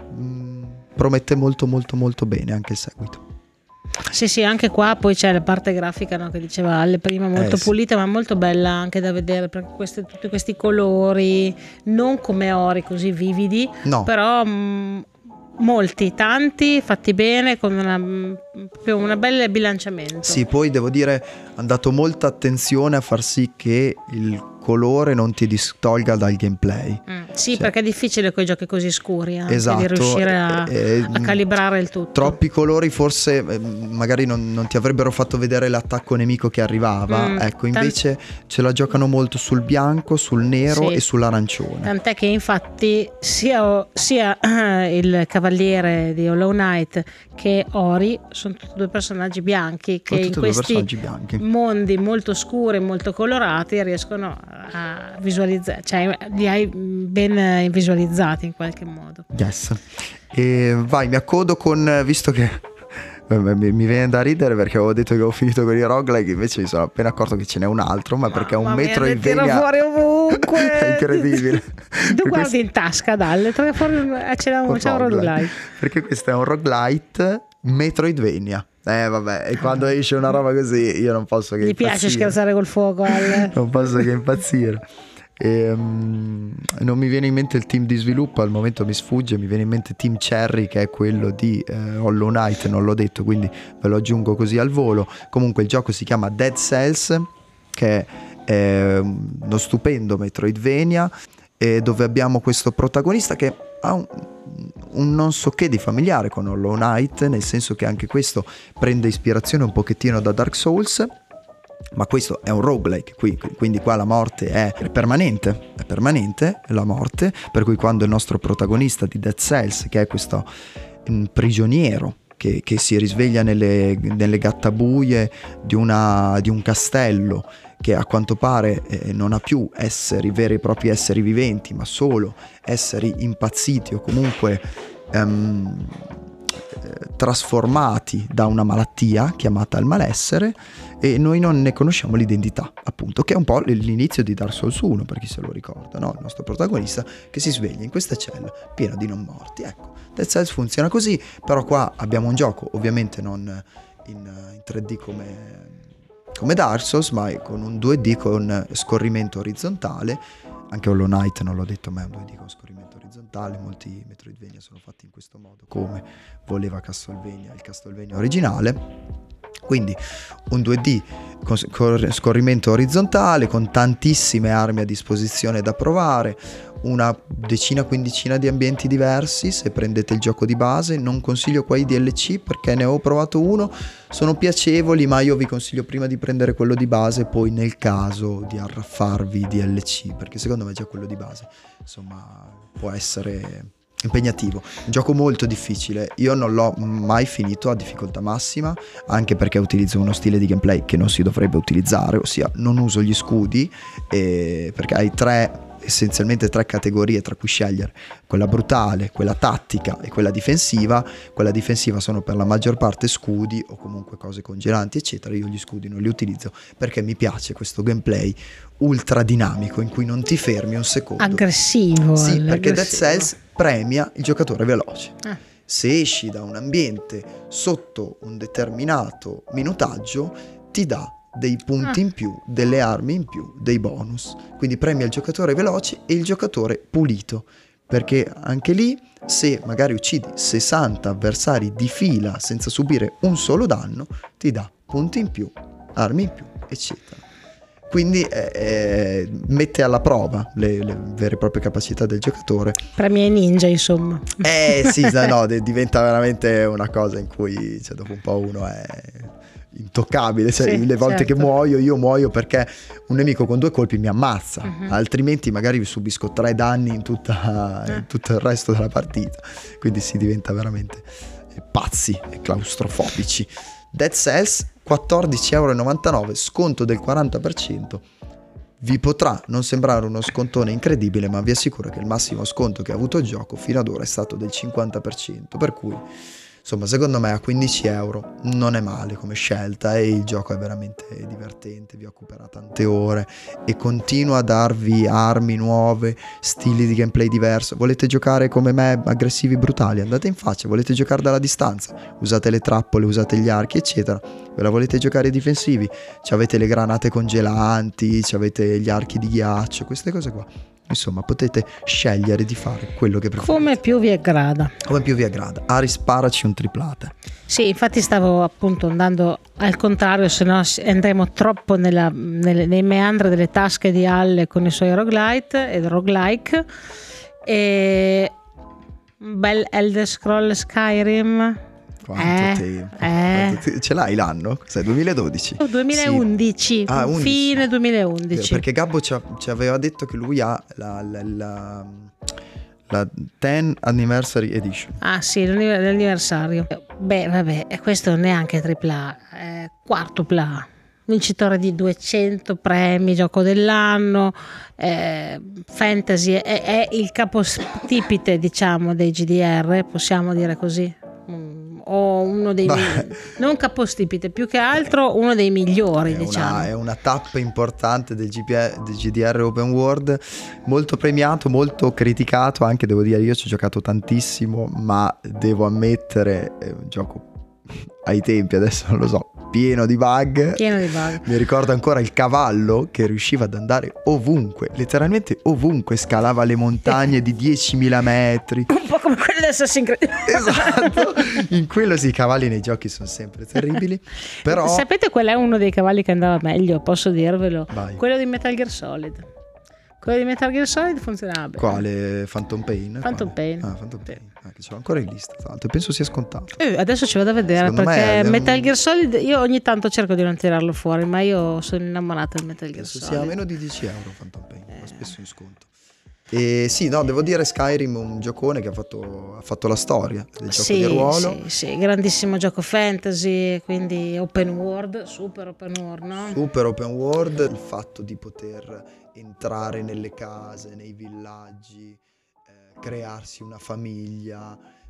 mh, promette molto molto molto bene anche il seguito. Sì, sì, anche qua poi c'è la parte grafica, no, che diceva alle prima, molto eh, pulita, sì, ma molto bella anche da vedere, perché queste, tutti questi colori non come Ori così vividi, no, però mh, molti, tanti, fatti bene, con una, proprio un bel bilanciamento. Sì, poi devo dire, hanno dato molta attenzione a far sì che il colore non ti distolga dal gameplay. Mm, sì, cioè, perché è difficile con i giochi così scuri, anche, esatto, di riuscire a, eh, a calibrare il tutto. Troppi colori forse eh, magari non, non ti avrebbero fatto vedere l'attacco nemico che arrivava, mm, ecco, invece tant- ce la giocano molto sul bianco, sul nero, sì, e sull'arancione. Tant'è che infatti sia, sia uh, il cavaliere di Hollow Knight che Ori sono tutti due personaggi bianchi, che in questi bianchi. mondi molto scuri, molto colorati riescono a visualizzare, cioè li hai ben visualizzati in qualche modo. Yes. E vai, mi accodo con, visto che mi, mi viene da ridere perché avevo detto che avevo finito con i roguelike, invece mi sono appena accorto che ce n'è un altro, ma perché è un Metroidvania, tira fuori ovunque. È incredibile. Tu guardi questo... in tasca, dalle tira fuori un... c'è un, c'è un roguelite, perché questo è un roguelite Metroidvania. Eh vabbè, e quando esce una roba così io non posso che Gli impazzire. piace scherzare col fuoco, Ale. Non posso che impazzire. E, um, non mi viene in mente il team di sviluppo, al momento mi sfugge, mi viene in mente Team Cherry, che è quello di eh, Hollow Knight, non l'ho detto quindi ve lo aggiungo così al volo. Comunque il gioco si chiama Dead Cells, che è uno stupendo Metroidvania, e dove abbiamo questo protagonista che ha un, un non so che di familiare con Hollow Knight, nel senso che anche questo prende ispirazione un pochettino da Dark Souls, ma questo è un roguelike, quindi qua la morte è permanente, è permanente la morte, per cui quando il nostro protagonista di Dead Cells, che è questo prigioniero che, che si risveglia nelle, nelle gattabuie di, una, di un castello, che a quanto pare eh, non ha più esseri, veri e propri esseri viventi, ma solo esseri impazziti o comunque um, trasformati da una malattia chiamata il malessere e noi non ne conosciamo l'identità, appunto, che è un po' l'inizio di Dark Souls uno, per chi se lo ricorda, no? Il nostro protagonista che si sveglia in questa cella piena di non morti. Ecco, Dead Cells funziona così, però qua abbiamo un gioco ovviamente non in, in tre D come, come Dark Souls, ma con un due D con scorrimento orizzontale. Anche Hollow Knight, non l'ho detto, ma è un due D con scorrimento orizzontale. Molti Metroidvania sono fatti in questo modo, come voleva Castlevania, il Castlevania originale. Quindi un due D con scorrimento orizzontale, con tantissime armi a disposizione da provare, una decina quindicina di ambienti diversi se prendete il gioco di base. Non consiglio qua i D L C perché ne ho provato uno, sono piacevoli, ma io vi consiglio prima di prendere quello di base, poi nel caso di arraffarvi i D L C, perché secondo me già quello di base insomma può essere impegnativo. Un gioco molto difficile, io non l'ho mai finito a difficoltà massima, anche perché utilizzo uno stile di gameplay che non si dovrebbe utilizzare, ossia non uso gli scudi, e perché hai tre essenzialmente tre categorie tra cui scegliere: quella brutale, quella tattica e quella difensiva. Quella difensiva sono per la maggior parte scudi o comunque cose congelanti eccetera. Io gli scudi non li utilizzo perché mi piace questo gameplay ultra dinamico in cui non ti fermi un secondo, aggressivo. Sì, perché Dead Cells premia il giocatore veloce. Ah. Se esci da un ambiente sotto un determinato minutaggio ti dà dei punti ah. in più, delle armi in più, dei bonus. Quindi premia il giocatore veloce e il giocatore pulito, perché anche lì se magari uccidi sessanta avversari di fila senza subire un solo danno ti dà punti in più, armi in più eccetera. Quindi eh, eh, mette alla prova le, le vere e proprie capacità del giocatore. Premia i ninja, insomma. Eh sì, no, no, diventa veramente una cosa in cui, cioè, dopo un po' uno è intoccabile, cioè, sì, le volte certo. che muoio io muoio perché un nemico con due colpi mi ammazza, uh-huh. altrimenti magari subisco tre danni in, tutta, in tutto il resto della partita, quindi si diventa veramente pazzi e claustrofobici. Dead Cells quattordici e novantanove euro, sconto del quaranta per cento. Vi potrà non sembrare uno scontone incredibile, ma vi assicuro che il massimo sconto che ha avuto il gioco fino ad ora è stato del cinquanta per cento, per cui insomma secondo me a quindici euro non è male come scelta e il gioco è veramente divertente, vi occuperà tante ore e continua a darvi armi nuove, stili di gameplay diverso. Volete giocare come me, aggressivi, brutali, andate in faccia. Volete giocare dalla distanza, usate le trappole, usate gli archi eccetera. Ve la volete giocare difensivi, ci avete le granate congelanti, ci avete gli archi di ghiaccio, queste cose qua. Insomma, potete scegliere di fare quello che preferite. Come più vi aggrada. Come più vi aggrada. Ari, sparaci un triplate. Sì, infatti stavo appunto andando al contrario, se no andremo troppo nella, nelle, nei meandri delle tasche di Halle con i suoi roguelite e roguelike. E un bel Elder Scroll Skyrim. Quanto eh, tempo. Eh. Quanto te- ce l'hai l'anno? Cos'è? duemiladodici? Oh, duemilaundici, Sì. Ah, undici. Fine duemilaundici. Perché Gabbo ci, ha, ci aveva detto che lui ha la, la, la, la dieci Anniversary Edition. Ah sì, l'anniversario. Beh, vabbè, questo neanche tripla A, eh, quartupla A. Vincitore di duecento premi, gioco dell'anno, eh, fantasy, è, è il capostipite, diciamo, dei G D R, possiamo dire così. O uno dei migliori, non capostipite, più che altro uno dei migliori, è diciamo. Una, è una tappa importante del, G P, del G D R Open World, molto premiato, molto criticato, anche devo dire io ci ho giocato tantissimo, ma devo ammettere è un gioco ai tempi, adesso non lo so, pieno di bug. Pieno di bug. Mi ricordo ancora il cavallo che riusciva ad andare ovunque, letteralmente ovunque, scalava le montagne di diecimila metri. Un po' come quello di Assassin's Creed. Esatto, in quello sì, i cavalli nei giochi sono sempre terribili. Però sapete qual è uno dei cavalli che andava meglio? Posso dirvelo? Vai. Quello di Metal Gear Solid. Quello di Metal Gear Solid funzionava bene. Quale? Phantom Pain? Phantom Quale? Pain. Ah, Phantom Pain. Ah, che ce l'ho ancora in lista, tra l'altro. Penso sia scontato. Eh, adesso ci vado a vedere. Secondo perché me è- Metal Gear Solid io ogni tanto cerco di non tirarlo fuori, ma io sono innamorata di Metal Gear Penso Solid. sia a meno di dieci euro Phantom Pain, ma spesso in sconto. E sì, no, devo dire Skyrim un giocone che ha fatto, ha fatto la storia del gioco Sì, di ruolo. sì, sì, grandissimo gioco fantasy, quindi open world, super open world, no? Super open world, il fatto di poter entrare nelle case, nei villaggi, eh, crearsi una famiglia,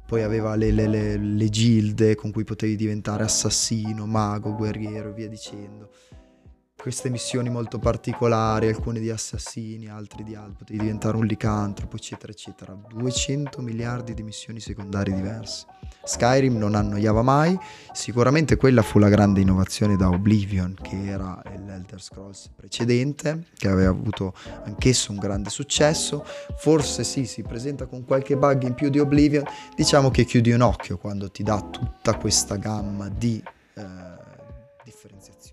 poi aveva le, le, le, le gilde con cui potevi diventare assassino, mago, guerriero e via dicendo. Queste missioni molto particolari, alcune di assassini, altre di altri, potevi diventare un licantropo, eccetera, eccetera. duecento miliardi di missioni secondarie diverse. Skyrim non annoiava mai, sicuramente quella fu la grande innovazione da Oblivion, che era l'Elder Scrolls precedente, che aveva avuto anch'esso un grande successo. Forse sì, si presenta con qualche bug in più di Oblivion, diciamo che chiudi un occhio quando ti dà tutta questa gamma di eh, differenziazioni.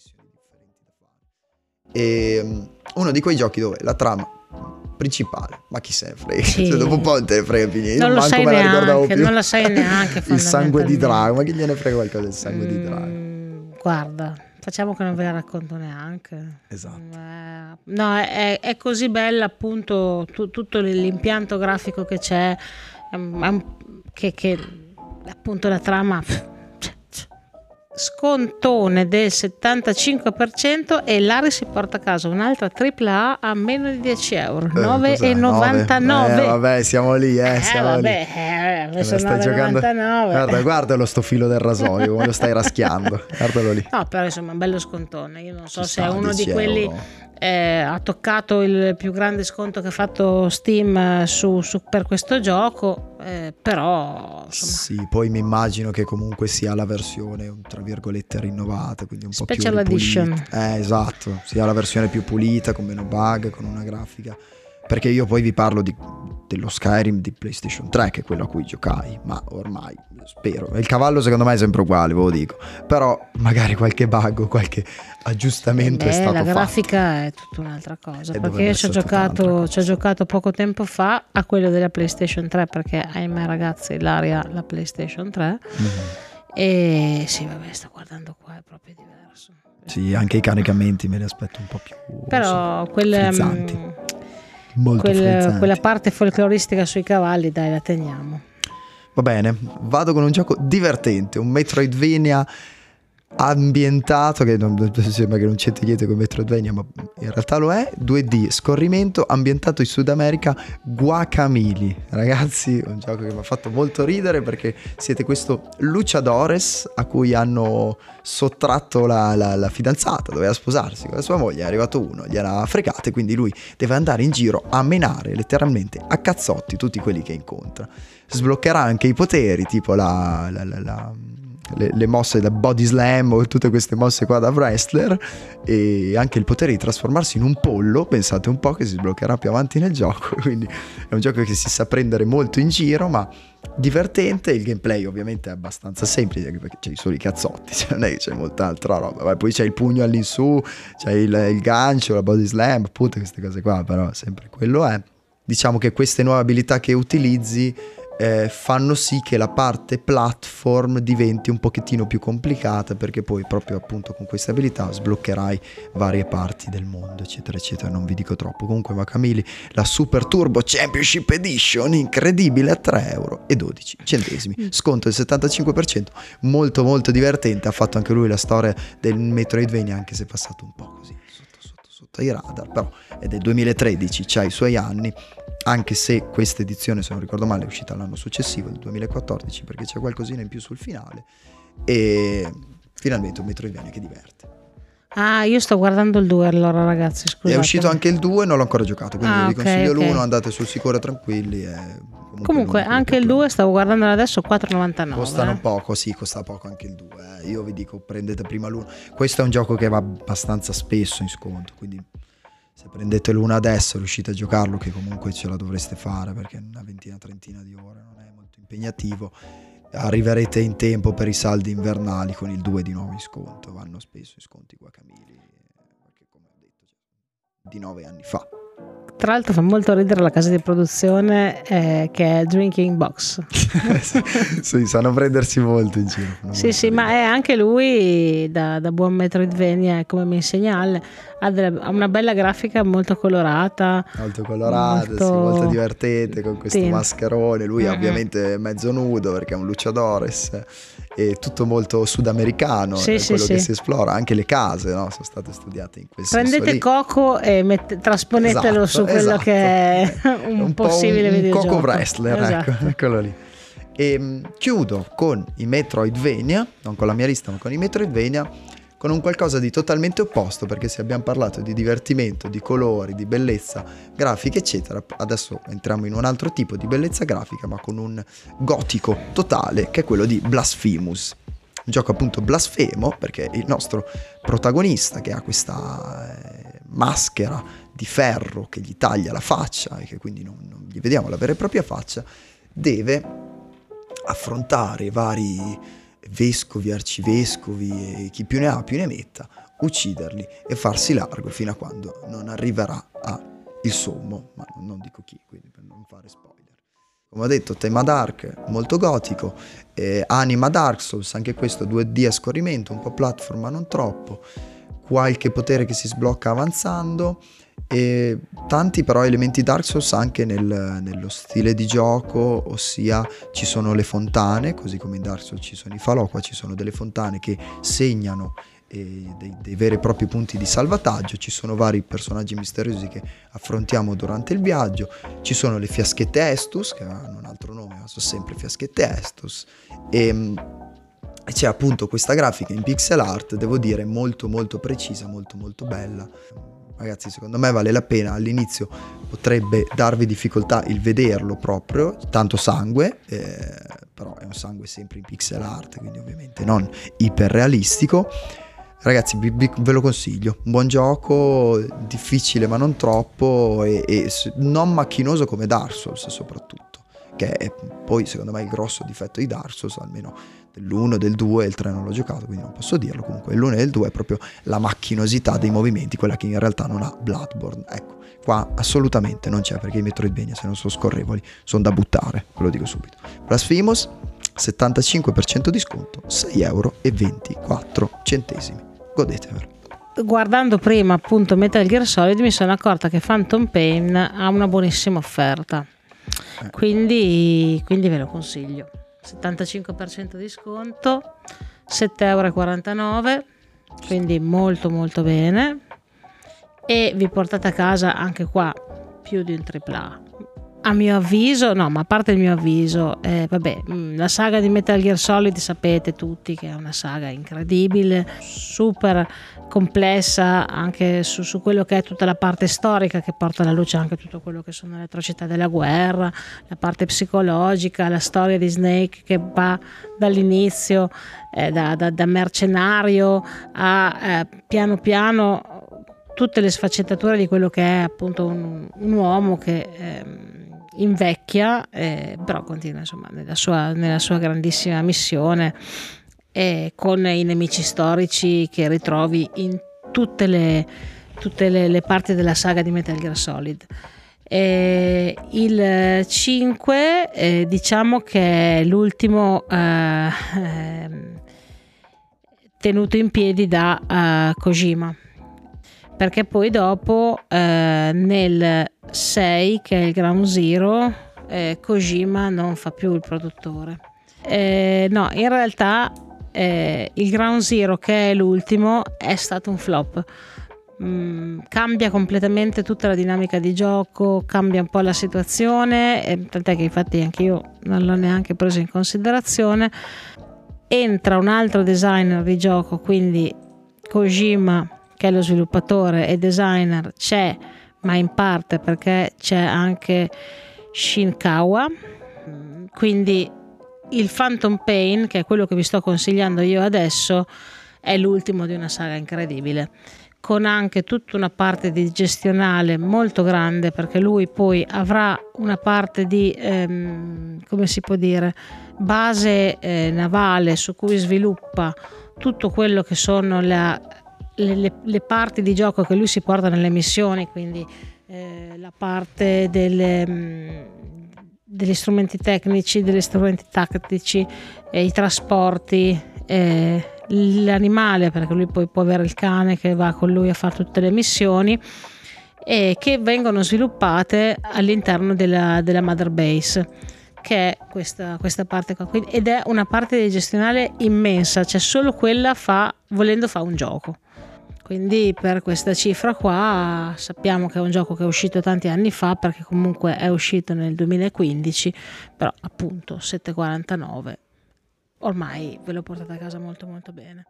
E uno di quei giochi dove la trama principale, ma chi se ne frega, sì. Cioè, dopo un po' non te ne frega più niente, non lo sai me la ricordavo più. Non lo sai neanche il sangue di drago, ma chi gliene frega qualcosa del sangue mm, di drago? Guarda, facciamo che non ve la racconto neanche. Esatto. Eh, no, è, è così bella appunto tu, tutto l'impianto grafico che c'è, um, che, che appunto la trama... Scontone del settantacinque per cento e Lari si porta a casa un'altra tripla A a meno di dieci euro, eh, nove e novantanove. Eh, vabbè, siamo lì, eh, eh siamo vabbè, lì. Eh, stai giocando. Guarda, guardalo sto filo del rasoio, come lo stai raschiando. Guardalo lì. No, però insomma, un bello scontone. Io non so Ci se sta, è uno di quelli euro. Eh, ha toccato il più grande sconto che ha fatto Steam su, su, per questo gioco, eh, però insomma. Sì, poi mi immagino che comunque sia la versione tra virgolette rinnovata, quindi un po' Special più edition. Eh, esatto, sia la versione più pulita, con meno bug, con una grafica. Perché io poi vi parlo di, dello Skyrim di PlayStation tre, che è quello a cui giocai, ma ormai spero. Il cavallo secondo me è sempre uguale, ve lo dico. Però magari qualche bug o qualche aggiustamento Beh, è stato la fatto. grafica è tutta un'altra cosa, e perché io ci ho giocato, ci ho giocato poco tempo fa a quello della PlayStation tre, perché ahimè ragazzi Ilaria la PlayStation tre mm-hmm. E sì vabbè, sto guardando qua, è proprio diverso. Sì, anche i caricamenti me li aspetto un po' più però sì, quelle frizzanti. Molto quel, frizzanti. Quella parte folcloristica sui cavalli dai, la teniamo. Va bene, vado con un gioco divertente, un Metroidvania ambientato, che non sembra che non c'entri niente con Metroidvania, ma in realtà lo è, due D, scorrimento, ambientato in Sud America, Guacamelee. Ragazzi, un gioco che mi ha fatto molto ridere, perché siete questo luchadores a cui hanno sottratto la, la, la fidanzata, doveva sposarsi con la sua moglie, è arrivato uno, gli era fregato, e quindi lui deve andare in giro a menare letteralmente a cazzotti tutti quelli che incontra. Sbloccherà anche i poteri, tipo la... la, la, la Le, le mosse da body slam o tutte queste mosse qua da wrestler, e anche il potere di trasformarsi in un pollo, pensate un po', che si sbloccherà più avanti nel gioco. Quindi è un gioco che si sa prendere molto in giro, ma divertente. Il gameplay ovviamente è abbastanza semplice, perché c'è i soli cazzotti, cioè non è che c'è molta altra roba. Poi c'è il pugno all'insù, c'è il, il gancio, la body slam, appunto queste cose qua, però sempre quello è. Diciamo che queste nuove abilità che utilizzi Eh, fanno sì che la parte platform diventi un pochettino più complicata, perché poi proprio appunto con queste abilità sbloccherai varie parti del mondo, eccetera eccetera. Non vi dico troppo. Comunque Guacamelee, la Super Turbo Championship Edition, incredibile, a tre euro e dodici centesimi, sconto del settantacinque per cento, molto molto divertente. Ha fatto anche lui la storia del Metroidvania, anche se è passato un po' così sotto sotto sotto i radar, però è del duemilatredici, c'ha i suoi anni, anche se questa edizione, se non ricordo male, è uscita l'anno successivo, il duemilaquattordici, perché c'è qualcosina in più sul finale. E finalmente un Metroidvania che diverte. Ah, io sto guardando il due allora, ragazzi, scusate. È uscito anche il due, non l'ho ancora giocato, quindi ah, vi okay, consiglio okay. l'uno, andate sul sicuro tranquilli. E comunque comunque anche il due, stavo guardando adesso, quattro e novantanove. Costano eh. poco, sì, costa poco anche il due. Eh. Io vi dico, prendete prima l'uno. Questo è un gioco che va abbastanza spesso in sconto, quindi se prendete l'uno adesso e riuscite a giocarlo, che comunque ce la dovreste fare, perché una ventina, trentina di ore non è molto impegnativo, arriverete in tempo per i saldi invernali con il due di nuovo in sconto. Vanno spesso in sconti Guacamelee, perché come ho detto di nove anni fa. Tra l'altro fa molto ridere la casa di produzione eh, che è Drinking Box. Sì, sanno prendersi molto in giro. Sì, sì, ma è anche lui da, da buon Metroidvania, come mi insegna Ale, ha, delle, ha una bella grafica molto colorata. Molto colorata, molto, sì, molto divertente, con questo sì. mascherone. Lui mm-hmm. ovviamente mezzo nudo, perché è un luchadores. È tutto molto sudamericano, sì, è sì, quello sì. che si esplora. Anche le case, no? Sono state studiate in quel Prendete senso lì. Coco e mette, trasponetelo esatto, su quello esatto. che è un, un possibile un, videogioco. Un Coco wrestler, esatto. ecco, eccolo lì. E mh, chiudo con i Metroidvania, non con la mia lista ma con i Metroidvania, con un qualcosa di totalmente opposto, perché se abbiamo parlato di divertimento, di colori, di bellezza grafica eccetera, adesso entriamo in un altro tipo di bellezza grafica ma con un gotico totale, che è quello di Blasphemous. Un gioco appunto blasfemo perché il nostro protagonista, che ha questa eh, maschera di ferro che gli taglia la faccia e che quindi non, non gli vediamo la vera e propria faccia, deve affrontare vari vescovi, arcivescovi e chi più ne ha più ne metta, ucciderli e farsi largo fino a quando non arriverà a il sommo, ma non dico chi, quindi per non fare spoiler. Come ho detto, tema dark, molto gotico, eh, anima Dark Souls, anche questo due D a scorrimento, un po' platform ma non troppo, qualche potere che si sblocca avanzando, e tanti però elementi Dark Souls anche nel, nello stile di gioco, ossia ci sono le fontane, così come in Dark Souls ci sono i falò, qua ci sono delle fontane che segnano eh, dei, dei veri e propri punti di salvataggio, ci sono vari personaggi misteriosi che affrontiamo durante il viaggio, ci sono le fiaschette Estus, che hanno un altro nome ma sono sempre fiaschette Estus, e E c'è appunto questa grafica in pixel art, devo dire, molto molto precisa, molto molto bella. Ragazzi, secondo me vale la pena. All'inizio potrebbe darvi difficoltà il vederlo proprio, tanto sangue, eh, però è un sangue sempre in pixel art, quindi ovviamente non iperrealistico. Ragazzi, vi, vi, ve lo consiglio, un buon gioco, difficile ma non troppo, e, e non macchinoso come Dark Souls soprattutto, che è poi secondo me il grosso difetto di Dark Souls, almeno dell'uno, del due, il tre non l'ho giocato quindi non posso dirlo, comunque l'uno e il due è proprio la macchinosità dei movimenti, quella che in realtà non ha Bloodborne. Ecco, qua assolutamente non c'è, perché i Metroidvania, se non sono scorrevoli, sono da buttare, ve lo dico subito. Blasphemous, settantacinque per cento di sconto, sei euro e ventiquattro centesimi, godetevelo. Guardando prima appunto Metal Gear Solid mi sono accorta che Phantom Pain ha una buonissima offerta, eh. quindi, quindi ve lo consiglio. settantacinque per cento di sconto, sette e quarantanove euro, quindi molto molto bene, e vi portate a casa anche qua più di un tripla A. A mio avviso, no, ma a parte il mio avviso, eh, vabbè, la saga di Metal Gear Solid sapete tutti che è una saga incredibile, super complessa anche su, su quello che è tutta la parte storica, che porta alla luce anche tutto quello che sono le atrocità della guerra, la parte psicologica, la storia di Snake che va dall'inizio eh, da, da, da mercenario a eh, piano piano tutte le sfaccettature di quello che è appunto un, un uomo che eh, invecchia, eh, però continua insomma nella sua, nella sua grandissima missione, e con i nemici storici che ritrovi in tutte le, tutte le, le parti della saga di Metal Gear Solid. E il cinque eh, diciamo che è l'ultimo eh, eh, tenuto in piedi da uh, Kojima, perché poi dopo eh, nel sei, che è il Ground Zero, eh, Kojima non fa più il produttore. Eh, no, in realtà eh, il Ground Zero, che è l'ultimo, è stato un flop. Mm, cambia completamente tutta la dinamica di gioco, cambia un po' la situazione, eh, tant'è che infatti anche io non l'ho neanche preso in considerazione. Entra un altro designer di gioco, quindi Kojima, che è lo sviluppatore e designer, c'è, ma in parte perché c'è anche Shinkawa, quindi il Phantom Pain, che è quello che vi sto consigliando io adesso, è l'ultimo di una saga incredibile, con anche tutta una parte di gestionale molto grande, perché lui poi avrà una parte di ehm, come si può dire, base eh, navale su cui sviluppa tutto quello che sono la Le, le, le parti di gioco che lui si porta nelle missioni, quindi eh, la parte delle, mh, degli strumenti tecnici, degli strumenti tattici, eh, i trasporti, eh, l'animale, perché lui poi può avere il cane che va con lui a fare tutte le missioni, e che vengono sviluppate all'interno della, della Mother Base, che è questa, questa parte qua. Quindi, ed è una parte di gestionale immensa, cioè solo quella fa, volendo fa un gioco. Quindi per questa cifra qua sappiamo che è un gioco che è uscito tanti anni fa, perché comunque è uscito nel duemilaquindici, però appunto sette e quarantanove ormai ve lo portate a casa molto molto bene.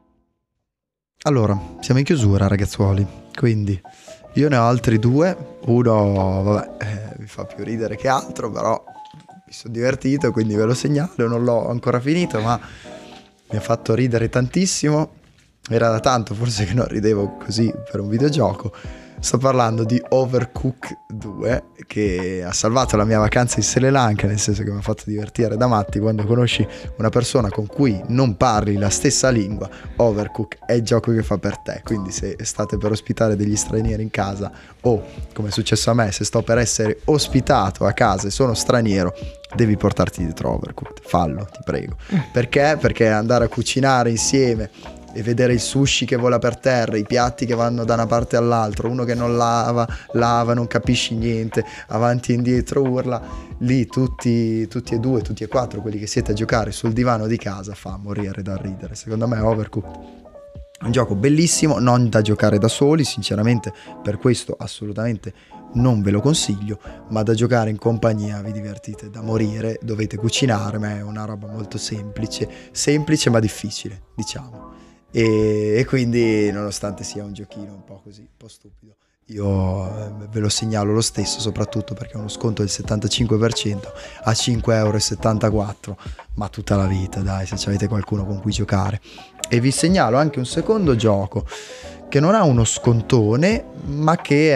Allora, siamo in chiusura ragazzuoli, quindi io ne ho altri due, uno vabbè eh, mi fa più ridere che altro, però mi sono divertito, quindi ve lo segnalo, non l'ho ancora finito ma mi ha fatto ridere tantissimo, era da tanto forse che non ridevo così per un videogioco. Sto parlando di Overcooked due, che ha salvato la mia vacanza in Sri Lanka, nel senso che mi ha fatto divertire da matti. Quando conosci una persona con cui non parli la stessa lingua, Overcooked è il gioco che fa per te. Quindi se state per ospitare degli stranieri in casa, o come è successo a me, se sto per essere ospitato a casa e sono straniero, devi portarti dietro Overcooked. Fallo, ti prego. Perché? Perché andare a cucinare insieme e vedere il sushi che vola per terra, i piatti che vanno da una parte all'altra, uno che non lava, lava, non capisci niente, avanti e indietro urla, lì tutti, tutti e due, tutti e quattro quelli che siete a giocare sul divano di casa, fa morire da ridere. Secondo me Overcooked è un gioco bellissimo, non da giocare da soli, sinceramente per questo assolutamente non ve lo consiglio, ma da giocare in compagnia vi divertite da morire, dovete cucinare, ma è una roba molto semplice, semplice ma difficile, diciamo. E, e quindi nonostante sia un giochino un po' così, un po' stupido, io eh, ve lo segnalo lo stesso, soprattutto perché è uno sconto del settantacinque per cento a cinque e settantaquattro euro, ma tutta la vita dai, se avete qualcuno con cui giocare. E vi segnalo anche un secondo gioco che non ha uno scontone, ma che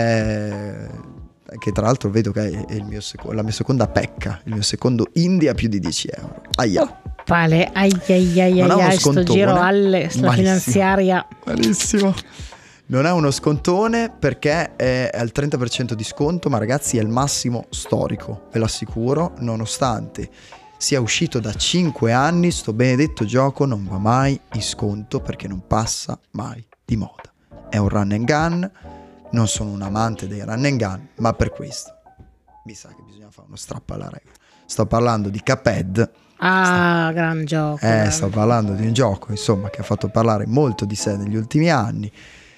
è... che tra l'altro vedo che è il mio seco- la mia seconda pecca, il mio secondo indie a più di dieci euro. Aia. Vale, ai ai ai ai, ai sto giro alle, sta finanziaria. Malissimo. Non è uno scontone perché è al trenta per cento di sconto, ma ragazzi è il massimo storico, ve lo assicuro, nonostante sia uscito da cinque anni, sto benedetto gioco non va mai in sconto perché non passa mai di moda. È un run and gun, non sono un amante dei run and gun, ma per questo mi sa che bisogna fare uno strappo alla regola. Sto parlando di Cuphead. Ah, sto, gran gioco. Eh, gran sto parlando di un gioco, insomma, che ha fatto parlare molto di sé negli ultimi anni,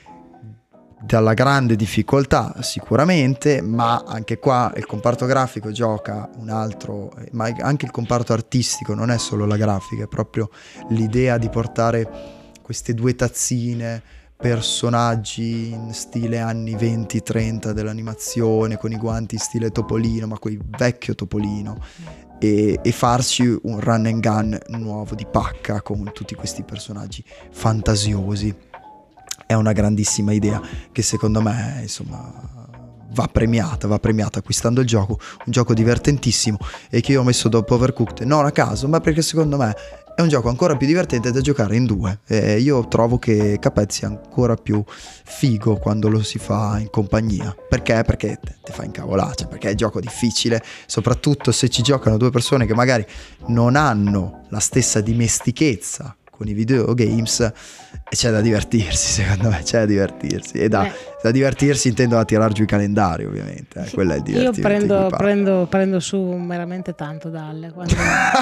dalla grande difficoltà sicuramente, ma anche qua il comparto grafico gioca un altro, ma anche il comparto artistico, non è solo la grafica, è proprio l'idea di portare queste due tazzine, personaggi in stile anni venti trenta dell'animazione, con i guanti in stile Topolino, ma quel vecchio Topolino, e, e farci un run and gun nuovo di pacca con tutti questi personaggi fantasiosi. È una grandissima idea che secondo me insomma va premiata, va premiata acquistando il gioco, un gioco divertentissimo e che io ho messo dopo Overcooked non a caso, ma perché secondo me è un gioco ancora più divertente da giocare in due. E io trovo che Cuphead sia ancora più figo quando lo si fa in compagnia. Perché? Perché ti fa incavolare, perché è un gioco difficile, soprattutto se ci giocano due persone che magari non hanno la stessa dimestichezza con i videogames, e c'è da divertirsi, secondo me c'è da divertirsi, e da, da divertirsi intendo a tirar giù i calendari ovviamente, eh, quello è il divertimento. Io prendo, prendo, prendo su veramente tanto dalle quando...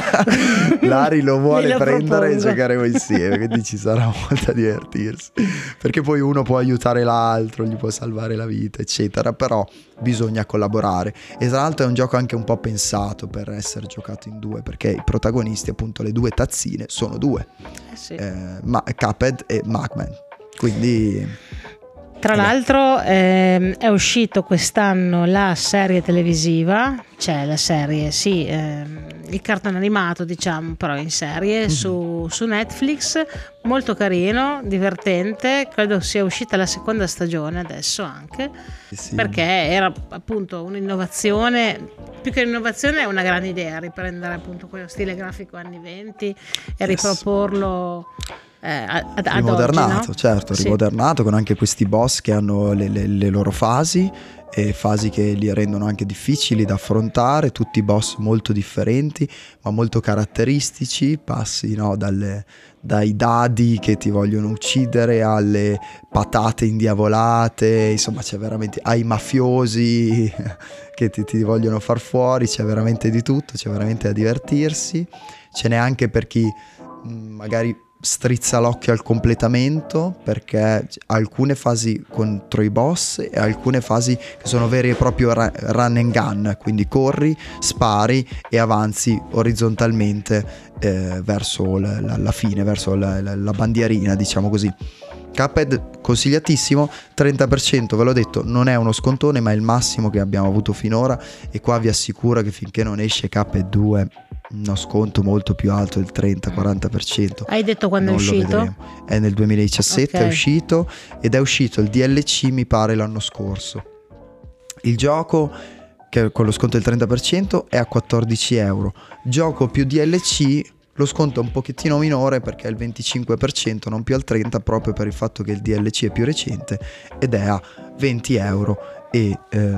Lari lo vuole lo prendere propongo. E giocheremo insieme, quindi ci sarà molto a divertirsi, perché poi uno può aiutare l'altro, gli può salvare la vita eccetera, però bisogna collaborare, e tra l'altro è un gioco anche un po' pensato per essere giocato in due, perché i protagonisti, appunto le due tazzine, sono due, Eh sì. eh, ma Cuphead e Mugman, quindi Tra l'altro ehm, è uscito quest'anno la serie televisiva, cioè la serie, sì, ehm, il cartone animato diciamo, però in serie mm-hmm. su, su Netflix, molto carino, divertente, credo sia uscita la seconda stagione adesso anche, sì. Perché era appunto un'innovazione, più che un'innovazione è una grande idea, riprendere appunto quello stile grafico anni venti e yes. riproporlo... Eh, ad, ad rimodernato, oggi, no? certo, sì. rimodernato con anche questi boss che hanno le, le, le loro fasi, e fasi che li rendono anche difficili da affrontare, tutti boss molto differenti ma molto caratteristici, passi no, dalle, dai dadi che ti vogliono uccidere alle patate indiavolate, insomma c'è veramente, ai mafiosi che ti, ti vogliono far fuori, c'è veramente di tutto, c'è veramente da divertirsi, ce n'è anche per chi magari strizza l'occhio al completamento, perché alcune fasi contro i boss e alcune fasi che sono veri e propri run and gun, quindi corri, spari e avanzi orizzontalmente eh, verso la, la, la fine, verso la, la, la bandierina, diciamo così. Cuphead consigliatissimo, trenta per cento, ve l'ho detto, non è uno scontone, ma è il massimo che abbiamo avuto finora, e qua vi assicuro che finché non esce Cuphead due uno sconto molto più alto del trenta quaranta per cento. Hai detto quando non è uscito? È nel duemiladiciassette, okay. È uscito, ed è uscito il D L C mi pare l'anno scorso. Il gioco, che con lo sconto del trenta per cento, è a quattordici euro. Gioco più D L C, lo sconto è un pochettino minore perché è il venticinque per cento, non più al trenta, proprio per il fatto che il D L C è più recente, ed è a venti euro e eh,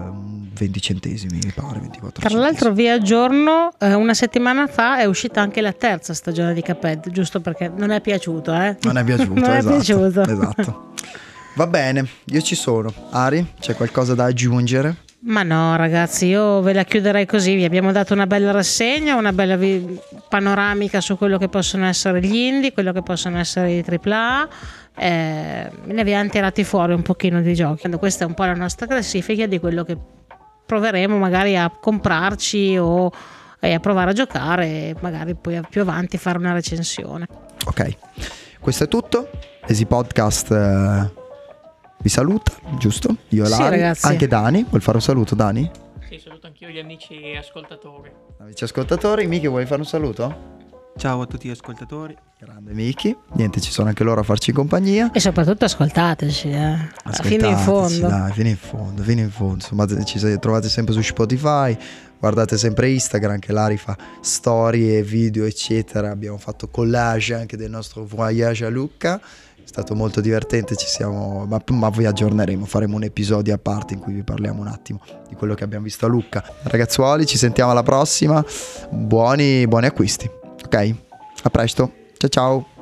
venti centesimi, mi pare, ventiquattro Tra l'altro vi aggiorno, eh, una settimana fa è uscita anche la terza stagione di Cuphead, giusto perché non è piaciuto, eh? Non è piaciuto, non esatto, è piaciuto. Esatto. Va bene, io ci sono. Ari, c'è qualcosa da aggiungere? Ma no ragazzi, io ve la chiuderei così. Vi abbiamo dato una bella rassegna, una bella vi- panoramica su quello che possono essere gli indie, quello che possono essere i tripla A. Eh, ne abbiamo tirati fuori un pochino di giochi. Questa è un po' la nostra classifica di quello che proveremo magari a comprarci o a provare a giocare, e magari poi più avanti fare una recensione. Ok, questo è tutto. Easy Podcast eh, vi saluta, giusto? Io e Sì, Lari, ragazzi. anche Dani. Vuoi fare un saluto, Dani? Sì, saluto anch'io gli amici ascoltatori. Amici ascoltatori, Miki, vuoi fare un saluto? Ciao a tutti gli ascoltatori. Grande Miki. Niente, ci sono anche loro a farci compagnia. E soprattutto ascoltateci, eh. Fino in Ascoltateci, fondo. dai, fino in fondo, fino in fondo. Insomma, ci trovate sempre su Spotify, guardate sempre Instagram, che Lari fa storie, video, eccetera. Abbiamo fatto collage anche del nostro voyage a Lucca. È stato molto divertente, ci siamo, ma, ma vi aggiorneremo, faremo un episodio a parte in cui vi parliamo un attimo di quello che abbiamo visto a Lucca. Ragazzuoli, ci sentiamo alla prossima. Buoni, buoni acquisti. Ok? A presto. Ciao ciao.